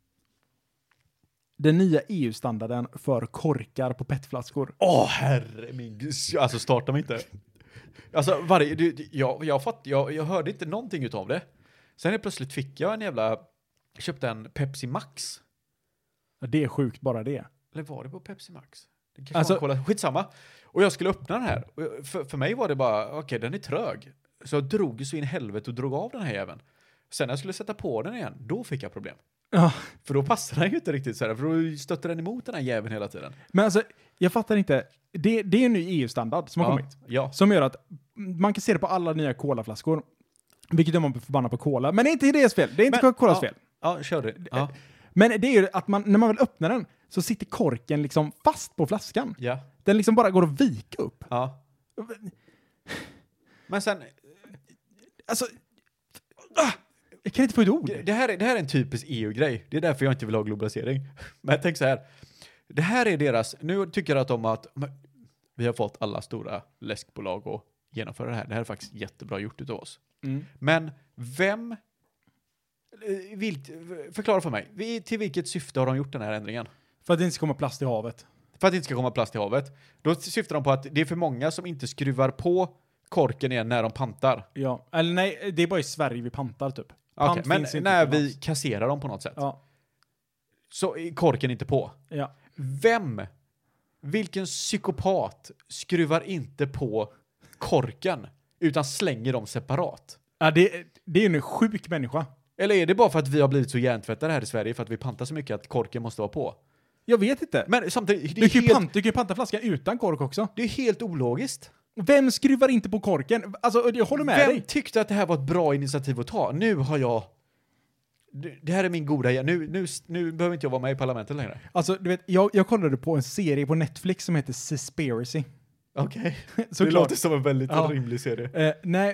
B: Den nya EU-standarden för korkar på petflaskor.
C: Herre min gud. Alltså starta mig inte. Alltså jag hörde inte någonting utav det. Sen är plötsligt fick jag köpte en Pepsi Max.
B: Ja, det är sjukt bara det.
C: Eller var det på Pepsi Max? Det kanske skitsamma. Och jag skulle öppna den här. Och för mig var det bara, okej, den är trög. Så jag drog så in helvete och drog av den här jäveln. Sen när jag skulle sätta på den igen, då fick jag problem.
B: Ja.
C: För då passar den ju inte riktigt så här. För då stöter den emot den här jäveln hela tiden.
B: Men alltså, jag fattar inte. Det är en ny EU-standard som har kommit.
C: Ja.
B: Som gör att man kan se det på alla nya colaflaskor. Vilket är man förbannad på cola. Men det är inte deras fel. Det är inte Coca-Colas fel.
C: Ja, kör det. Ja.
B: Men det är ju att när man vill öppna den så sitter korken liksom fast på flaskan.
C: Ja.
B: Den liksom bara går att vika upp.
C: Ja. Men sen...
B: Alltså... Jag kan inte få ett ord.
C: Det här är en typisk EU-grej. Det är därför jag inte vill ha globalisering. Men jag tänker så här. Det här är deras... Nu tycker jag att vi har fått alla stora läskbolag att genomföra det här. Det här är faktiskt jättebra gjort utav oss. Men vem... Förklara för mig. Till vilket syfte har de gjort den här ändringen?
B: För att det inte ska komma plast i havet.
C: För att det inte ska komma plast i havet. Då syftar de på att det är för många som inte skruvar på korken igen när de pantar.
B: Ja, eller nej, det är bara i Sverige vi pantar typ.
C: Okay, men när vi kasserar dem på något sätt.
B: Ja.
C: Så är korken inte på.
B: Ja.
C: Vilken psykopat skruvar inte på korken utan slänger dem separat?
B: Ja, det är en sjuk människa.
C: Eller är det bara för att vi har blivit så hjärntvättade här i Sverige för att vi pantar så mycket att korken måste vara på?
B: Jag vet inte.
C: Men samtidigt...
B: Du kan ju panta flaskan utan kork också.
C: Det är helt ologiskt.
B: Vem skruvar inte på korken? Alltså, jag håller med dig.
C: Vem tyckte att det här var ett bra initiativ att ta? Nu har jag... Det här är min goda... Nu behöver inte jag vara med i parlamentet längre.
B: Alltså, du vet, jag kollade på en serie på Netflix som heter Seaspiracy.
C: Okej. Det låter som en väldigt rimlig serie.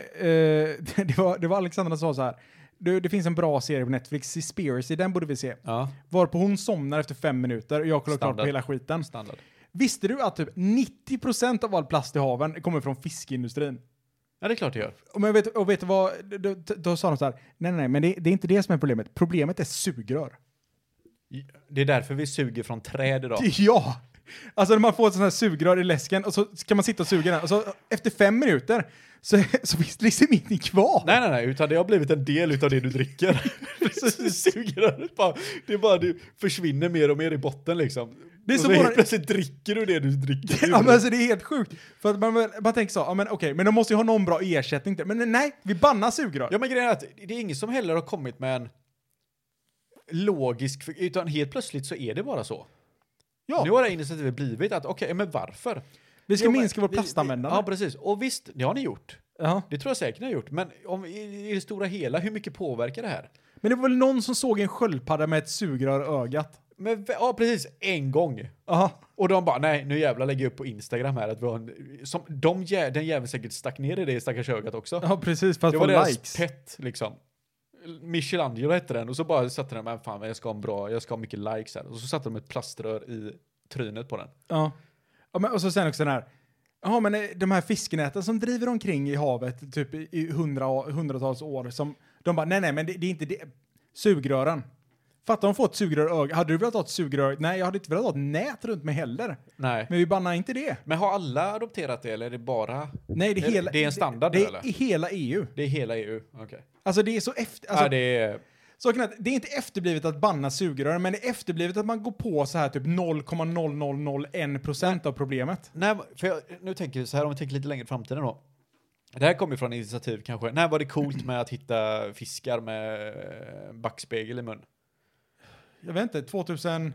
B: Det var Alexandra som sa så här. Det finns en bra serie på Netflix, Seaspiracy, den borde vi se.
C: Ja.
B: Varpå hon somnar efter 5 minuter och jag kollar klart på hela skiten.
C: Standard.
B: Visste du att typ 90% av all plast i haven kommer från fiskindustrin?
C: Ja, det är klart det gör.
B: Och vet du vad? Då sa de så här, nej, men det är inte det som är problemet. Problemet är sugrör.
C: Det är därför vi suger från träd idag.
B: Ja! Alltså när man får ett sånt här sugrör i läsken och så kan man sitta och suga den. Och så efter 5 minuter så finns det liksom ingenting kvar.
C: Nej, utan det har blivit en del utav det du dricker. Så sugröret det försvinner mer och mer i botten liksom. Det är så helt plötsligt dricker du det du dricker.
B: Ja, men alltså det är helt sjukt. För att man tänker så, ja men okej, men de måste ju ha någon bra ersättning till. Men nej, vi bannar sugrör.
C: Ja, men grejen är att det är ingen som heller har kommit med en logisk, utan helt plötsligt så är det bara så. Ja. Nu har det initiativet blivit att okej, men varför?
B: Vi ska minska vår plastanvändande.
C: Ja, precis. Och visst, det har ni gjort.
B: Ja.
C: Det tror jag säkert ni har gjort. Men i det stora hela, hur mycket påverkar det här?
B: Men det var väl någon som såg en sköldpadda med ett sugrör ögat?
C: Men ja, precis. En gång.
B: Aha.
C: Och de bara, nej, nu jävlar lägger jag upp på Instagram här att vi har den jäveln säkert stack ner i det stackars ögat också.
B: Ja, precis. Fast
C: Det
B: på
C: var deras
B: likes.
C: pet, liksom. Michelangelo hette den. Och så bara satte den, men fan, jag ska ha mycket likes här. Och så satte de ett plaströr i trynet på den.
B: Ja. Ja, men, och så sen också den här. Ja, men de här fiskenäten som driver omkring i havet typ i hundratals år. Som, de bara, nej, men det är inte det. Sugrören. Fattar de får ett sugrör. Hade du velat ha ett sugrör? Nej, jag hade inte velat ha ett nät runt mig heller.
C: Nej.
B: Men vi bannar inte det.
C: Men har alla adopterat det eller är det bara...
B: Nej, det är
C: en standard
B: det,
C: eller?
B: Det är i hela EU.
C: Det är hela EU, okej.
B: Alltså det är så alltså,
C: Ja, det är...
B: saken är att det är inte efterblivet att banna sugrör, men det är efterblivet att man går på så här typ 0,0001% av problemet.
C: Nej, för nu tänker jag så här, om vi tänker lite längre i framtiden då. Det här kommer från initiativ kanske. När var det coolt med att hitta fiskar med backspegel i mun?
B: Jag vet inte, 2012?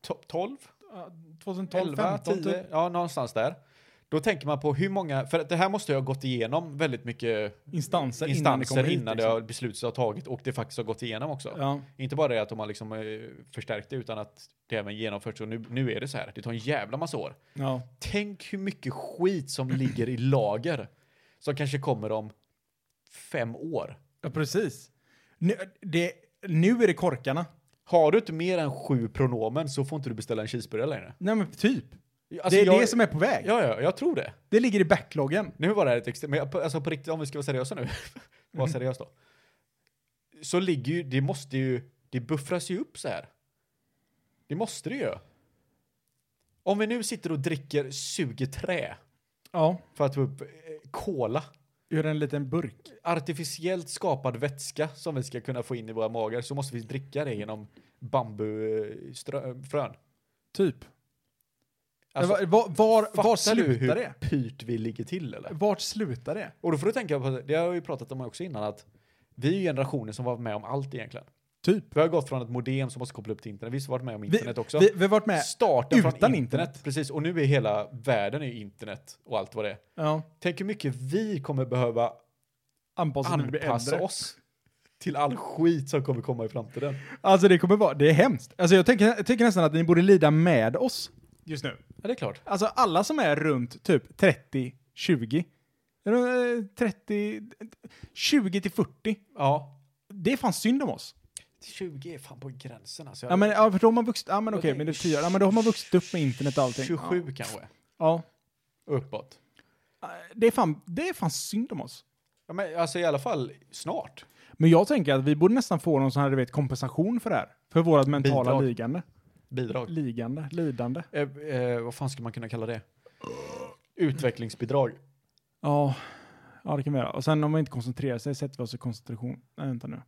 B: 2012,
C: 11,
B: 15
C: 10,
B: typ.
C: ja någonstans där. Då tänker man på hur många, för det här måste jag ha gått igenom väldigt mycket
B: Instanser
C: innan det har beslutet har tagit och det faktiskt har gått igenom också.
B: Ja.
C: Inte bara det att de har liksom förstärkt det utan att det även genomförts och nu är det så här. Det tar en jävla massa år.
B: Ja.
C: Tänk hur mycket skit som ligger i lager som kanske kommer om 5 år.
B: Ja, precis. Nu är det korkarna.
C: Har du inte mer än 7 pronomen så får inte du beställa en cheeseburgare längre.
B: Nej, men typ.
C: Alltså,
B: det är det som är på väg.
C: Ja, jag tror det.
B: Det ligger i backloggen.
C: Nu var det här ett extremt, men alltså på riktigt, om vi ska vara seriösa nu, var seriös då. Så ligger ju, det buffras ju upp så här. Det måste det ju. Om vi nu sitter och suger trä
B: Ja.
C: för att få upp cola.
B: Ur en liten burk.
C: Artificiellt skapad vätska som vi ska kunna få in i våra magar så måste vi dricka det genom bambufrön.
B: Typ.
C: Alltså,
B: var slutar det?
C: Pyrt vi ligger till eller?
B: Vart slutar det?
C: Och då får du tänka på, det har jag ju pratat om också innan, att vi är ju generationen som var med om allt egentligen.
B: Typ.
C: Vi har gått från ett modem som måste koppla upp till internet. Vi har varit med om internet också.
B: Vi har varit med
C: starten
B: utan
C: från
B: internet.
C: Precis, och nu är hela världen i internet och allt vad det är.
B: Ja.
C: Tänk hur mycket vi kommer behöva anpassa oss till all skit som kommer komma i framtiden.
B: Alltså det är hemskt. Alltså jag tycker nästan att ni borde lida med oss just nu.
C: Ja, det är klart.
B: Alltså alla som är runt typ 30, 20. 20 till 40.
C: Ja.
B: Det är fan synd om oss.
C: 20 är fan på gränsen alltså.
B: Ja, men för då har man vuxit, ja men okej, men det är 10. Ja, men då har man vuxit upp med internet och allting.
C: 27 kanske.
B: Ja.
C: Uppåt.
B: Det är fan synd om oss.
C: Ja, men alltså i alla fall snart.
B: Men jag tänker att vi borde nästan få någon sån här, du vet, kompensation för det här. För vårat mentala lidande.
C: Vad fan ska man kunna kalla det? Utvecklingsbidrag.
B: Ja, det kan vi göra. Och sen om man inte koncentrerar sig sätter vi oss i koncentration. Nej, vänta nu.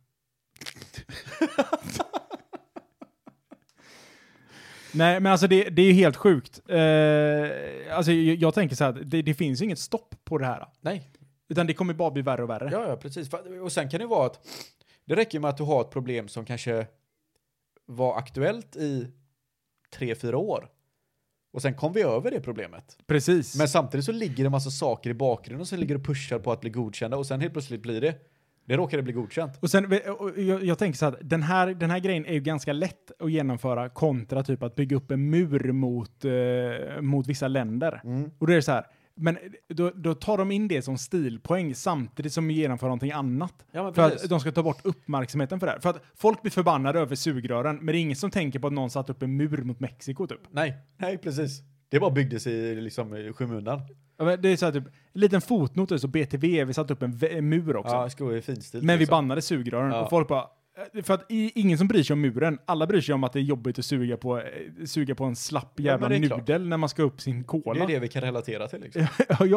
B: Nej, men alltså det är ju helt sjukt. Alltså jag tänker så här, det finns ju inget stopp på det här.
C: Nej.
B: Utan det kommer bara bli värre och värre.
C: Ja, precis. Och sen kan det vara att det räcker med att du har ett problem som kanske var aktuellt i 3-4 år. Och sen kom vi över det problemet.
B: Precis.
C: Men samtidigt så ligger det en massa saker i bakgrunden och så ligger det pushar på att bli godkända och sen helt plötsligt blir det råkar det bli godkänt.
B: Och sen, jag tänker så att den här grejen är ju ganska lätt att genomföra kontra typ att bygga upp en mur mot vissa länder.
C: Mm.
B: Och det är så här, men då tar de in det som stilpoäng samtidigt som de genomför någonting annat.
C: Ja, men
B: för att de ska ta bort uppmärksamheten för det här. För att folk blir förbannade över sugrören, men det är ingen som tänker på att någon satt upp en mur mot Mexiko typ.
C: Nej, precis. Det bara byggdes i skymundan.
B: Ja, det är så här, typ, en liten fotnot så BTV, vi satt upp en mur också.
C: Ja, det ska vara finstil.
B: Men vi bannade sugrören och folk bara, för att ingen som bryr sig om muren, alla bryr sig om att det är jobbigt att suga på en slapp jävla nudel när man ska upp sin cola.
C: Det är det vi kan relatera till liksom.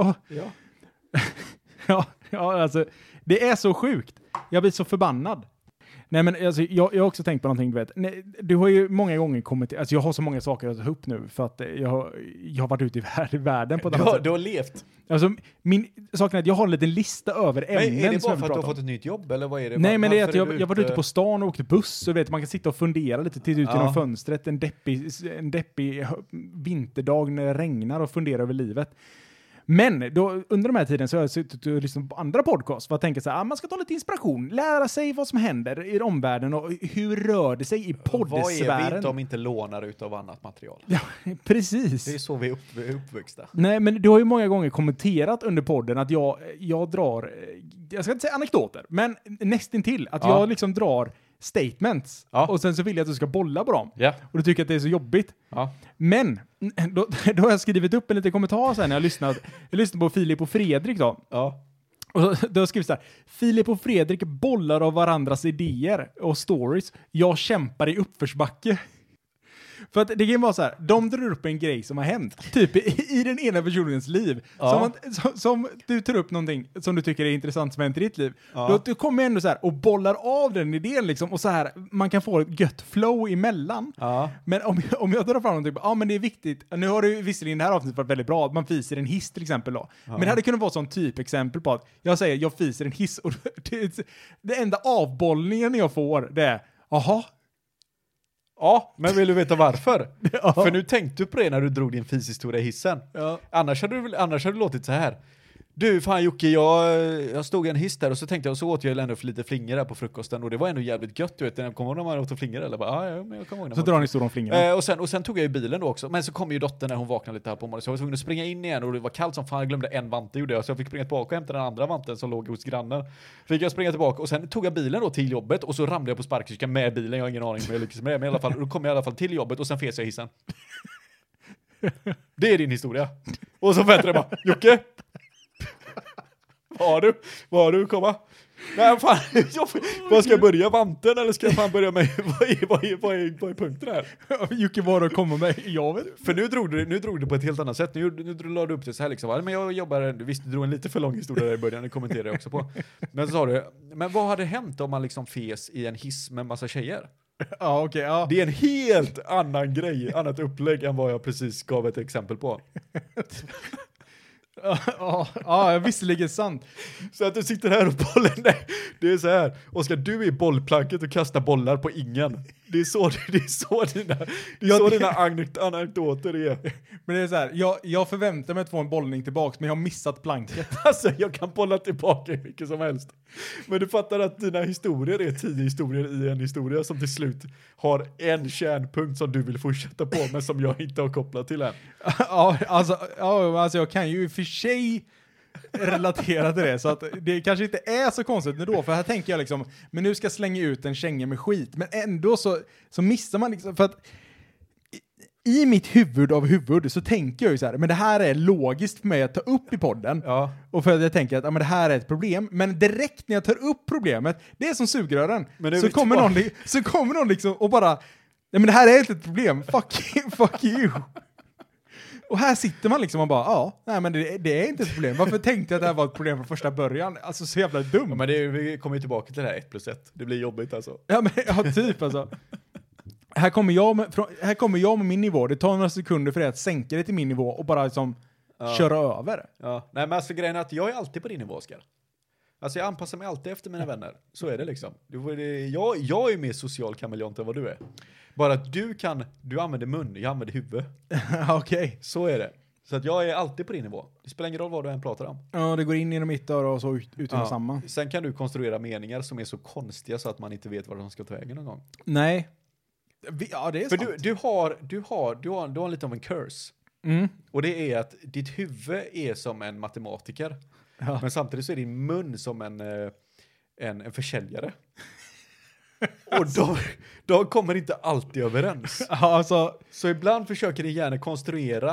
B: Ja, alltså det är så sjukt. Jag blir så förbannad. Nej, men alltså, jag har också tänkt på någonting, du vet. Nej, du har ju många gånger kommit... Alltså jag har så många saker att ta upp nu för att jag har varit ute i världen på ett annat sätt.
C: Du har levt.
B: Alltså, saken är att jag har en liten lista över ämnen.
C: Men är det bara för att du har fått ett nytt jobb, eller vad är det?
B: Nej, men det är att jag var ute på stan och åkte buss, och vet man kan sitta och fundera lite, titta ut genom fönstret en deppig vinterdag när det regnar och fundera över livet. Men då, under de här tiden så har jag suttit och lyssnat på andra podcasts för att tänka så här, man ska ta lite inspiration, lära sig vad som händer i omvärlden och hur rör det sig i poddsfären.
C: Vad är vi inte om inte lånar ut av annat material?
B: Ja, precis.
C: Det är så vi är uppväxta.
B: Nej, men du har ju många gånger kommenterat under podden att jag drar, jag ska inte säga anekdoter, men nästintill att jag liksom drar statements och sen så vill jag att du ska bolla på dem.
C: Ja.
B: Och du tycker att det är så jobbigt. Ja. Men då har jag skrivit upp en liten kommentar sen när jag lyssnade på Filip och Fredrik då. Ja. Och då har jag skrivit så här: Filip och Fredrik bollar av varandras idéer och stories. Jag kämpar i uppförsbacke. För att det kan vara så här, de drar upp en grej som har hänt typ i den ena personens liv. Som du tar upp någonting som du tycker är intressant som hänt i ditt liv. Då du kommer ändå så här och bollar av den idén liksom, och så här, man kan få ett gött flow emellan. Men om jag drar fram någonting, men det är viktigt. Nu har du visserligen det här avsnittet varit väldigt bra, att man fiser en hiss till exempel då. Men det hade kunnat vara som typexempel på att jag säger jag fiser en hiss och det enda avbollningen jag får det är, jaha.
C: Ja, men vill du veta varför? För nu tänkte du på det när du drog din fishistoria i hissen. Ja. Annars hade du låtit så här. Du, fan Jocke, jag stod i en hiss där och så tänkte jag, så åt jag ändå för lite flingor där på frukosten och det var ändå jävligt gött, du vet, när jag kom ihåg när man åt flingor eller bara, men jag kommer ihåg.
B: Så drar ni stor om flingorna.
C: Och sen tog jag ju bilen då också, men så kom ju dottern när hon vaknade lite här på morgonen, så jag var tvungen att springa in igen och det var kallt som fan, jag glömde en vante gjorde jag, så jag fick springa tillbaka och hämta den andra vanten som låg hos grannen. Fick jag springa tillbaka och sen tog jag bilen då till jobbet och så ramlade jag på sparkcykeln med bilen, jag har ingen aning om jag lyckades med det, men i alla fall, då kom jag i alla fall till jobbet och sen fes jag i hissen. Det är din historia. Och så väntar jag bara, Jocke, Vad har du komma? Nej, fan, vad ska jag börja? Vanten eller ska jag fan börja med vad är punkten här?
B: Jocke, vad har du komma med? Jag vet.
C: För nu drog du på ett helt annat sätt. Nu la du upp det så här liksom. Men jag jobbar, visst du drog en lite för lång historia där i början, det kommenterade jag också på. Men så sa du, men vad hade hänt om man liksom fes i en hiss med en massa tjejer?
B: Ja, okej, ja.
C: Det är en helt annan grej, annat upplägg än vad jag precis gav ett exempel på.
B: Ja, visserligen sant.
C: Så att du sitter här och bollen, nej, det är så här. Oskar, du är i bollplanket och kastar bollar på ingen. Det är så dina anekdoter är.
B: Men det är så här, jag förväntar mig att få en bollning tillbaks, men jag har missat planket.
C: Alltså, jag kan bolla tillbaka hur mycket som helst. Men du fattar att dina historier är 10 historier i en historia som till slut har en kärnpunkt som du vill fortsätta på, men som jag inte har kopplat till än.
B: Alltså jag kan ju i och för sig relatera till det, så att det kanske inte är så konstigt nu då, för här tänker jag liksom, men nu ska jag slänga ut en känga med skit, men ändå så missar man liksom, för att i mitt huvud så tänker jag ju så här, men det här är logiskt för mig att ta upp i podden. Ja. Och för att jag tänker att men det här är ett problem, men direkt när jag tar upp problemet, det är som sugrören, så kommer någon liksom och bara, nej men det här är inte ett problem, fuck you. Och här sitter man liksom och bara, nej men det är inte ett problem. Varför tänkte jag att det här var ett problem från första början? Alltså så jävla dum.
C: Ja, men vi kommer ju tillbaka till det här 1+1. Det blir jobbigt alltså.
B: Ja, typ alltså. Här kommer jag med min nivå. Det tar några sekunder för det att sänka det till min nivå och bara liksom köra över.
C: Ja. Nej, men alltså grejen är att jag är alltid på din nivå, Oskar. Alltså jag anpassar mig alltid efter mina vänner. Så är det liksom. Jag är mer social kameleont än vad du är. Bara att du använder mun, jag använder huvud.
B: Okej.
C: Så är det. Så att jag är alltid på din nivå. Det spelar ingen roll vad du än pratar om.
B: Ja, det går in genom mitt öra och så ut genom samma.
C: Sen kan du konstruera meningar som är så konstiga så att man inte vet var de ska ta vägen någon gång.
B: Nej. Ja, det är sant.
C: För du har lite av en curse. Mm. Och det är att ditt huvud är som en matematiker. Ja. Men samtidigt så är din mun som en försäljare. Och de kommer inte alltid överens.
B: Alltså,
C: så ibland försöker din hjärna konstruera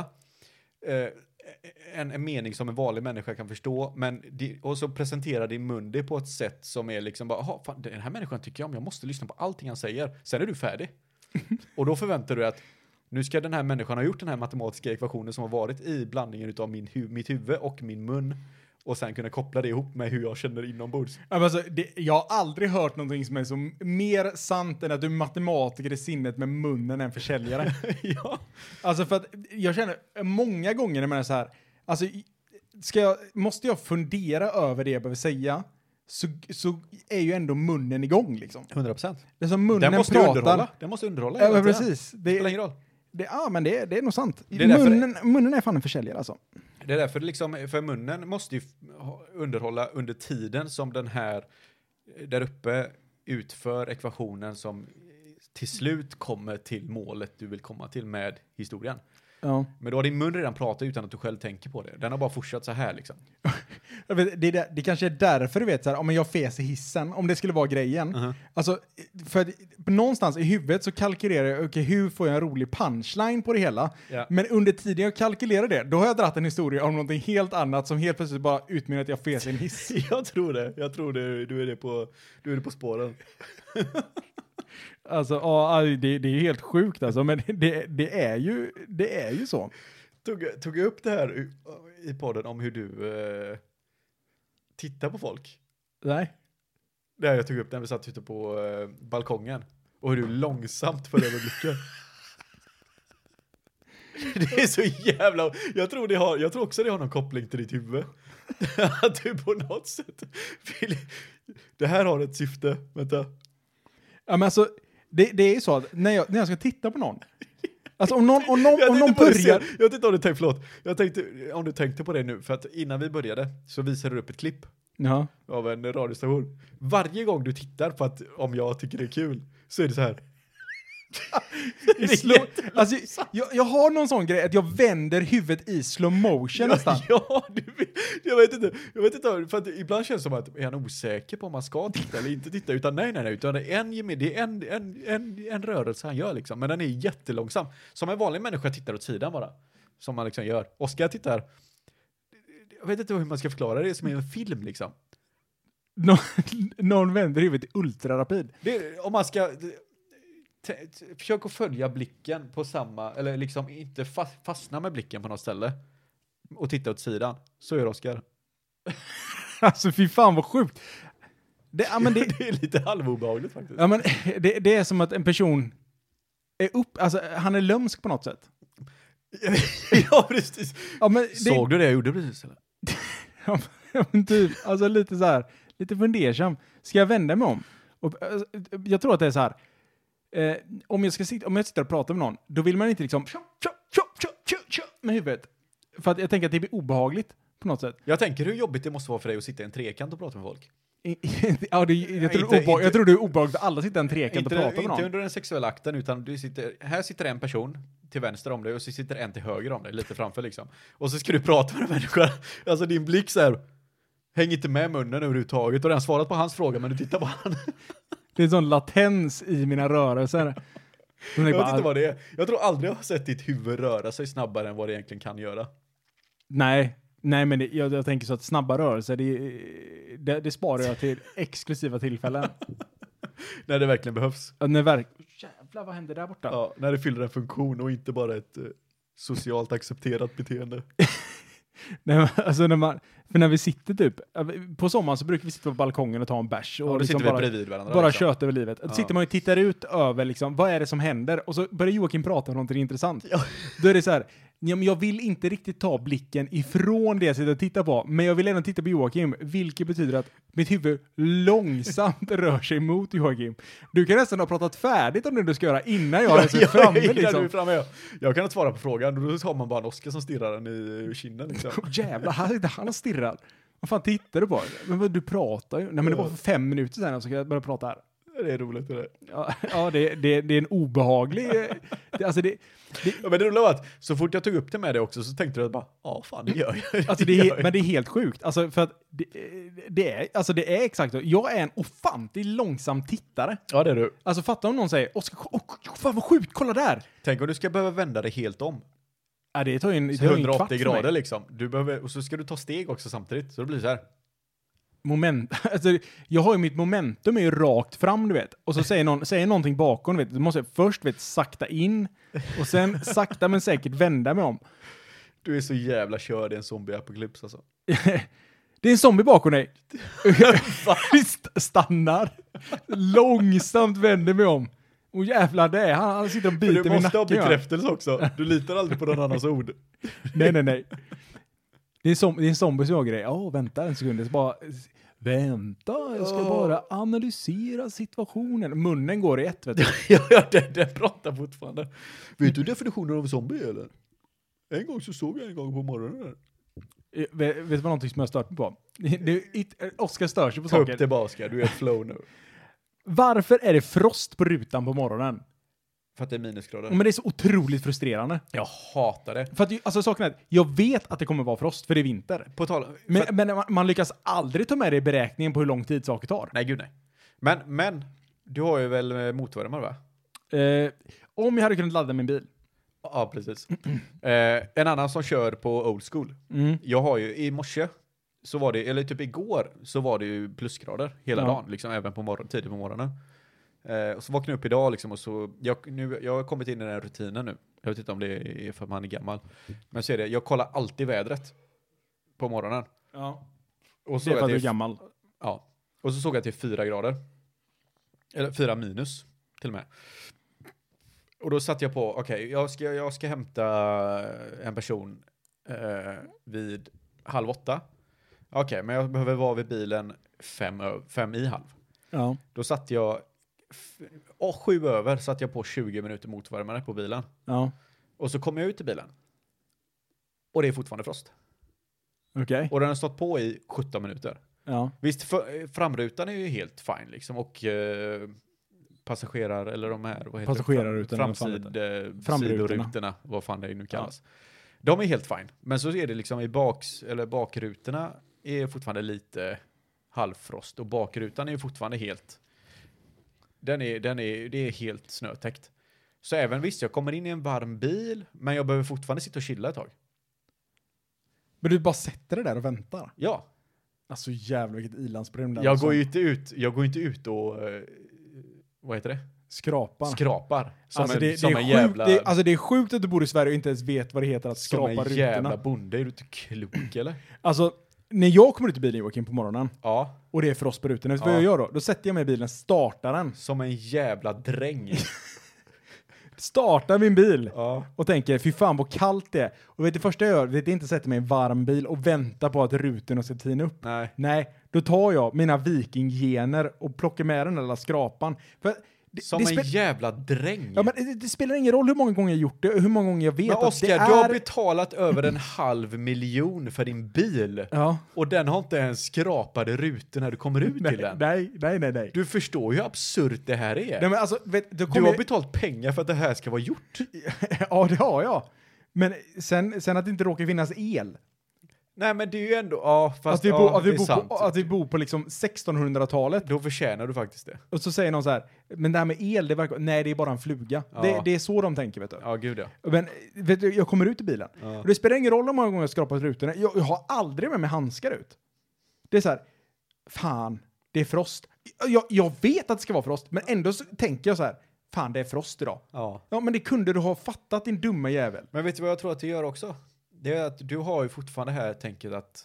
C: en mening som en vanlig människa kan förstå, och så presenterar din mun det på ett sätt som är liksom bara, fan, den här människan tycker jag måste lyssna på allting han säger. Sen är du färdig. Och då förväntar du att nu ska den här människan ha gjort den här matematiska ekvationen som har varit i blandningen utav mitt huvud och min mun. Och sen kunna koppla det ihop med hur jag känner inombords.
B: Alltså, jag har aldrig hört någonting som är så mer sant än att du är matematiker i sinnet med munnen än försäljare.
C: Ja.
B: Alltså för att jag känner många gånger när man är så här, alltså måste jag fundera över det jag behöver säga, så är ju ändå munnen igång liksom.
C: 100%.
B: Det är som munnen pratar.
C: Den måste underhålla.
B: Ja, precis.
C: Det spelar ingen roll.
B: Men det är nog sant. Munnen är fan en försäljare alltså.
C: Det är därför liksom, för munnen måste ju underhålla under tiden som den här där uppe utför ekvationen som till slut kommer till målet du vill komma till med historien.
B: Ja.
C: Men då har din mun redan pratat utan att du själv tänker på det. Den har bara fortsatt så här liksom.
B: Jag vet, det kanske är därför du vet så här, om jag fes i hissen, om det skulle vara grejen. Alltså, för att, någonstans i huvudet så kalkylerar jag, okej, hur får jag en rolig punchline på det hela? Ja. Men under tiden jag kalkylerar det, då har jag dratt en historia om någonting helt annat som helt plötsligt bara utmynnar att jag fes i en hiss.
C: Jag tror det. Du är det på spåren.
B: Alltså, ja, det är helt sjukt alltså, men det är ju så.
C: Tog jag upp det här i podden om hur du tittar på folk?
B: Nej.
C: Det jag tog upp när vi satt ute på balkongen och hur du långsamt för över blicken. Det är så jävla... Jag tror också det har någon koppling till ditt huvud. Att du på något sätt det här har ett syfte. Vänta.
B: Ja, men alltså det är ju så att när jag ska titta på någon, alltså om någon börjar...
C: Jag vet inte om du tänkte, förlåt. Jag tänkte, om du tänkte på det nu, för att innan vi började så visade du upp ett klipp av en radiostation. Varje gång du tittar på att om jag tycker det är kul så är det så här.
B: Alltså, jag har någon sån grej att jag vänder huvudet i slow motion nästan.
C: Ja, jag vet inte, för att ibland känns det som att är han osäker på om man ska titta eller inte titta, utan nej, utan det är en rörelse han gör liksom, men den är jättelångsam. Som en vanlig människa tittar åt sidan bara, som man liksom gör. Oskar tittar, jag vet inte hur man ska förklara det, som är en film liksom.
B: Någon vänder huvudet ultrarapid.
C: Om man ska... Försök att följa blicken på samma, eller liksom inte fastna med blicken på något ställe och titta åt sidan. Så gör Oskar.
B: Alltså fy fan vad sjukt. Det
C: är lite halvobehagligt faktiskt.
B: Ja, men det är som att en person är alltså han är lömsk på något sätt.
C: Ja, precis.
B: Ja, men
C: såg du det jag gjorde precis eller?
B: Ja, men typ, alltså lite så här, lite fundersam. Ska jag vända mig om? Och, alltså, jag tror att det är så här. Om jag sitter och pratar med någon, då vill man inte liksom med huvudet. För att jag tänker att det blir obehagligt på något sätt.
C: Jag tänker hur jobbigt det måste vara för dig att sitta i en trekant och prata med folk.
B: Ja, jag tror det är obehagligt att alla sitter i en trekant och pratar med någon.
C: Inte under den sexuella akten, utan här sitter en person till vänster om dig och så sitter en till höger om dig, lite framför liksom. Och så ska du prata med en människa. Alltså din blick så här, häng inte med munnen överhuvudtaget. Och den har svarat på hans fråga, men du tittar på han.
B: Det är en sån latens i mina rörelser.
C: Jag vet inte vad det är. Jag tror aldrig jag har sett ditt huvud röra sig snabbare än vad det egentligen kan göra.
B: Nej, men jag tänker så att snabba rörelser, det sparar jag till exklusiva tillfällen.
C: När det verkligen behövs.
B: Ja, jävlar, vad händer där borta?
C: Ja, när det fyller en funktion och inte bara ett socialt accepterat beteende.
B: Nej, alltså när vi sitter typ på sommaren så brukar vi sitta på balkongen och ta en bärs och liksom bara köta över livet. Då sitter man och tittar ut över liksom, vad är det som händer? Och så börjar Joakim prata om någonting intressant. Ja. Då är det så här, ja, men jag vill inte riktigt ta blicken ifrån det jag sitter och tittar på, men jag vill ändå titta på Joakim, vilket betyder att mitt huvud långsamt rör sig mot Joakim. Du kan nästan ha pratat färdigt om det du ska göra innan jag är framme liksom.
C: Jag kan inte svara på frågan, då har man bara en Oskar som stirrar den i kinden liksom.
B: Jävlar, han stirrar. Vad fan tittar du på? Men du pratar ju. Nej, men det var för 5 minuter sedan så ska jag börja prata här.
C: Det är roligt det.
B: Ja, det är en obehaglig... Ja,
C: men det roliga var att så fort jag tog upp det med det också så tänkte du att bara, ja fan det gör jag.
B: Alltså men det är helt sjukt. Alltså för att det är exakt så. Jag är en ofantligt långsam tittare.
C: Ja, det är du.
B: Alltså fatta om någon säger, Oskar, fan vad sjukt, kolla där.
C: Tänk om du ska behöva vända dig helt om.
B: Ja, det tar ju en
C: 180 grader liksom. Och så ska du ta steg också samtidigt. Så det blir så här.
B: Alltså, jag har ju mitt momentum är ju rakt fram, du vet. Och så säger någonting bakom, du vet. Du måste först sakta in och sen sakta men säkert vända mig om.
C: Du är så jävla körd i en zombie-apokalyps alltså.
B: Det är en zombie bakom dig. Stannar. Långsamt vänder mig om. Och jävlar, det är han sitter och biter mig i nacken.
C: Du måste ha bekräftelse också. Du litar aldrig på någon annans ord.
B: Nej. Det är en zombie som grej. Vänta en sekund. Jag ska bara analysera situationen. Munnen går i ett, vet du.
C: Ja, den pratar fortfarande. Vet du definitionen av zombie eller? En gång så såg jag en gång på morgonen.
B: Vet du vad någonting som jag stört mig på? Oskar stör sig på
C: Ta upp
B: saker.
C: tillbaka, Oskar. Du är ett flow nu.
B: Varför är det frost på rutan på morgonen?
C: För att det är minusgrader.
B: Men det är så otroligt frustrerande.
C: Jag hatar det.
B: För att, alltså saken är att jag vet att det kommer vara frost, för det är vinter.
C: På tal...
B: Men man lyckas aldrig ta med det i beräkningen på hur lång tid saker tar.
C: Nej, gud nej. Men, du har ju väl motorvärmare, va?
B: Om jag hade kunnat ladda min bil.
C: Ja, precis. En annan som kör på old school. Jag har ju i morse så var det, eller typ igår så var det ju plusgrader hela dagen, liksom även på tidigt på morgonen. Och så vaknade jag upp idag liksom, och så jag har kommit in i den här rutinen nu. Jag vet inte om det är för att man är gammal. Men så är det, jag kollar alltid vädret på morgonen.
B: Ja.
C: Och så
B: Det är för att du är gammal.
C: Ja. Och så såg jag till 4 grader. Eller 4 minus till och med. Och då satt jag på, okej, jag ska hämta en person vid 7:30. Okej, men jag behöver vara vid bilen 5:05.
B: Ja.
C: Då satt jag 7:07 satt jag på 20 minuter motorvärmare på bilen.
B: Ja.
C: Och så kom jag ut i bilen. Och det är fortfarande frost.
B: Okej.
C: Och den har stått på i 17 minuter.
B: Ja.
C: Visst, framrutan är ju helt fine liksom. Och passagerar, eller de här, vad heter
B: Passagerarrutorna,
C: sidorutorna, vad fan det nu kallas. Ja. De är helt fine. Men så är det liksom i bakrutorna är fortfarande lite halvfrost. Och bakrutan är ju fortfarande helt... Det är helt snötäckt. Så även visst, jag kommer in i en varm bil, men jag behöver fortfarande sitta och chilla ett tag.
B: Men du bara sätter det där och väntar?
C: Ja.
B: Alltså jävlar vilket ilandsproblem.
C: Jag går inte ut och vad heter det? Skrapar. Som
B: alltså
C: en jävla...
B: det är sjukt att du bor i Sverige och inte ens vet vad det heter att skrapa rutorna.
C: Som en jävla bonde, är du inte klok eller?
B: Alltså, när jag kommer ut i bilen, Joakim, på morgonen, och det är frost på rutorna, vad jag gör då? Då sätter jag mig i bilen, startar den.
C: Som en jävla dräng.
B: Startar min bil och tänker, fy fan vad kallt det är. Och vet det första jag gör, det är inte sätta mig i en varm bil och vänta på att rutorna ska tina upp. Nej, då tar jag mina vikinggener och plockar med den där skrapan. För
C: som en jävla dräng.
B: Ja, men det spelar ingen roll hur många gånger jag gjort det, hur många gånger jag vet
C: men
B: att
C: Oskar,
B: det är...
C: du har betalat över 500 000 för din bil.
B: Ja.
C: Och den har inte ens skrapade rutor när du kommer ut till den.
B: Nej.
C: Du förstår ju hur absurt det här är.
B: Nej, men alltså, du
C: har betalt pengar för att det här ska vara gjort.
B: Ja, det har jag. Men sen att det inte råkar finnas el.
C: Nej, men det är ju ändå... Ja, fast
B: att vi bor på liksom 1600-talet.
C: Då förtjänar du faktiskt det.
B: Och så säger någon så här, men det här med el, nej, det är bara en fluga.
C: Ja.
B: Det är så de tänker, vet du.
C: Ja, gud ja.
B: Men vet du, jag kommer ut i bilen. Ja. Och det spelar ingen roll hur många gånger jag skrapat rutorna. Jag har aldrig med mig handskar ut. Det är så här, fan, det är frost. Jag vet att det ska vara frost, men ändå så tänker jag så här, fan, det är frost idag. Ja, men det kunde du ha fattat, din dumma jävel.
C: Men vet du vad jag tror att det gör också? Det är att du har ju fortfarande här tänket att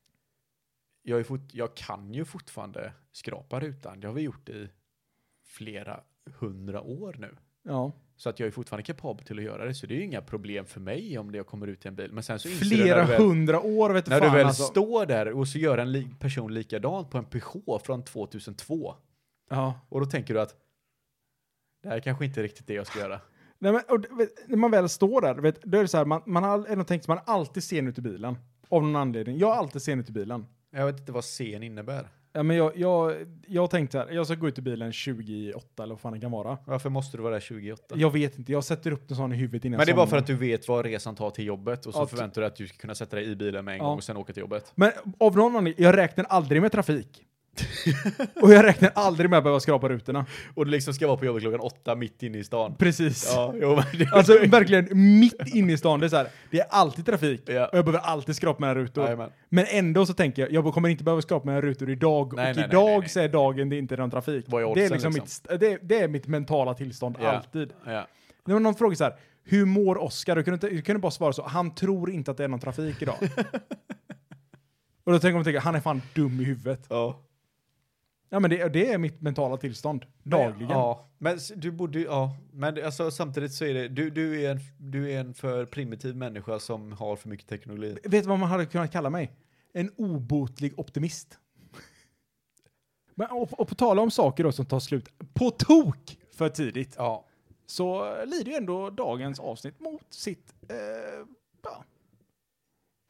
C: jag kan ju fortfarande skrapa rutan. Det har vi gjort i flera 100 år nu.
B: Ja.
C: Så att jag är fortfarande kapabel till att göra det. Så det är ju inga problem för mig om jag kommer ut i en bil. Men sen så
B: flera 100 år, vet du
C: när
B: fan.
C: När du väl står där och så gör en person likadant på en Peugeot från 2002.
B: Ja.
C: Och då tänker du att det här är kanske inte riktigt det jag ska göra.
B: Nej, men, när man väl står där, då är det så här, man har ändå tänkt att man alltid ser ut i bilen. Av någon anledning. Jag har alltid sen ut i bilen.
C: Jag vet inte vad sen innebär.
B: Ja, men jag tänkte här, jag ska gå ut i bilen 28 eller vad fan det kan vara.
C: Varför måste du vara där 28?
B: Jag vet inte, jag sätter upp en sån i huvudet innan.
C: Men det är bara för att du vet vad resan tar till jobbet och så förväntar du att du ska kunna sätta dig i bilen med en gång och sen åka till jobbet.
B: Men av någon anledning, jag räknar aldrig med trafik. Och jag räknar aldrig med att behöva skrapa rutorna.
C: Och du liksom ska vara på jobbet klockan 8 mitt inne i stan.
B: Precis.
C: Ja,
B: alltså verkligen mitt inne i stan. Det är så här, det är alltid trafik. Ja. Och jag behöver alltid skrapa mina rutor. Jajamän. Men ändå så tänker jag kommer inte behöva skrapa mina rutor idag. Nej, och idag så är dagen det är inte någon trafik. Det är liksom det är mitt mentala tillstånd alltid. Ja. Det var någon fråga så här, hur mår Oskar? Du kunde bara svara så, han tror inte att det är någon trafik idag. Och då tänker man, han är fan dum i huvudet. Ja. Ja, men det är mitt mentala tillstånd dagligen.
C: Ja, men du borde men alltså samtidigt så är det du är en för primitiv människa som har för mycket teknologi.
B: Vet du vad man hade kunnat kalla mig? En obotlig optimist. Men och på tala om saker då som tar slut på tok för tidigt. Ja. Så lider ju ändå dagens avsnitt mot sitt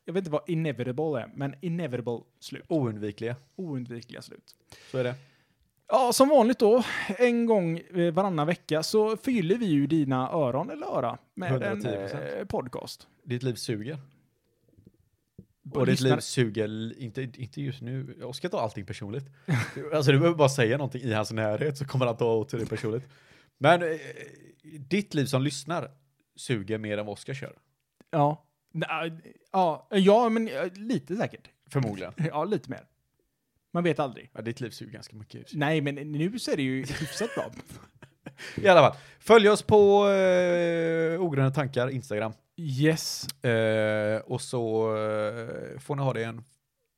B: Jag vet inte vad inevitable är, men inevitable slut. Oundvikliga slut.
C: Så är det.
B: Ja, som vanligt då, en gång varannan vecka så fyller vi ju dina öron eller öra med
C: 110%.
B: en podcast.
C: Ditt liv suger. Och ditt liv suger, inte just nu. Jag ska ta allting personligt. Alltså du behöver bara säga någonting i hans närhet så kommer han ta åt till det personligt. Men ditt liv som lyssnar suger mer än vad Oskar kör.
B: Ja. Ja, men lite säkert.
C: Förmodligen.
B: Ja, lite mer. Man vet aldrig.
C: Ja, ditt liv suger ganska mycket.
B: Nej, men nu ser det ju hyfsat bra.
C: I alla fall. Följ oss på Ogrundade tankar, Instagram.
B: Yes.
C: Och så får ni ha det en...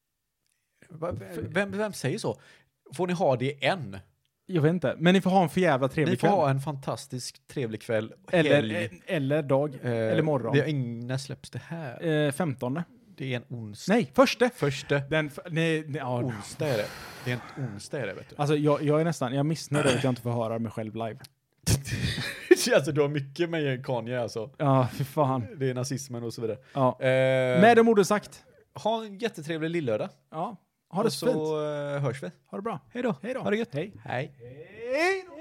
C: Vem säger så? Får ni ha det en?
B: Jag vet inte. Men ni får ha en för jävla trevlig kväll.
C: Ni får ha en fantastisk trevlig kväll.
B: Eller dag. Eller morgon.
C: När släpps det här?
B: 15.
C: Det är en onsdag.
B: Nej, första.
C: Onsdag är det. Det är en onsdag är det, vet du.
B: Alltså jag är nästan, jag missnöjd över att jag inte får höra mig själv live.
C: Alltså du har mycket med Kanye alltså.
B: Ja, för fan.
C: Det är nazismen och så vidare.
B: Ja. Med de orden sagt.
C: Ha en jättetrevlig lillördag.
B: Ja. Ha det så fint.
C: Så hörs vi.
B: Ha det bra.
C: Hej då.
B: Hej då.
C: Ha det gött.
B: Hej.
C: Hej.
B: Hej då.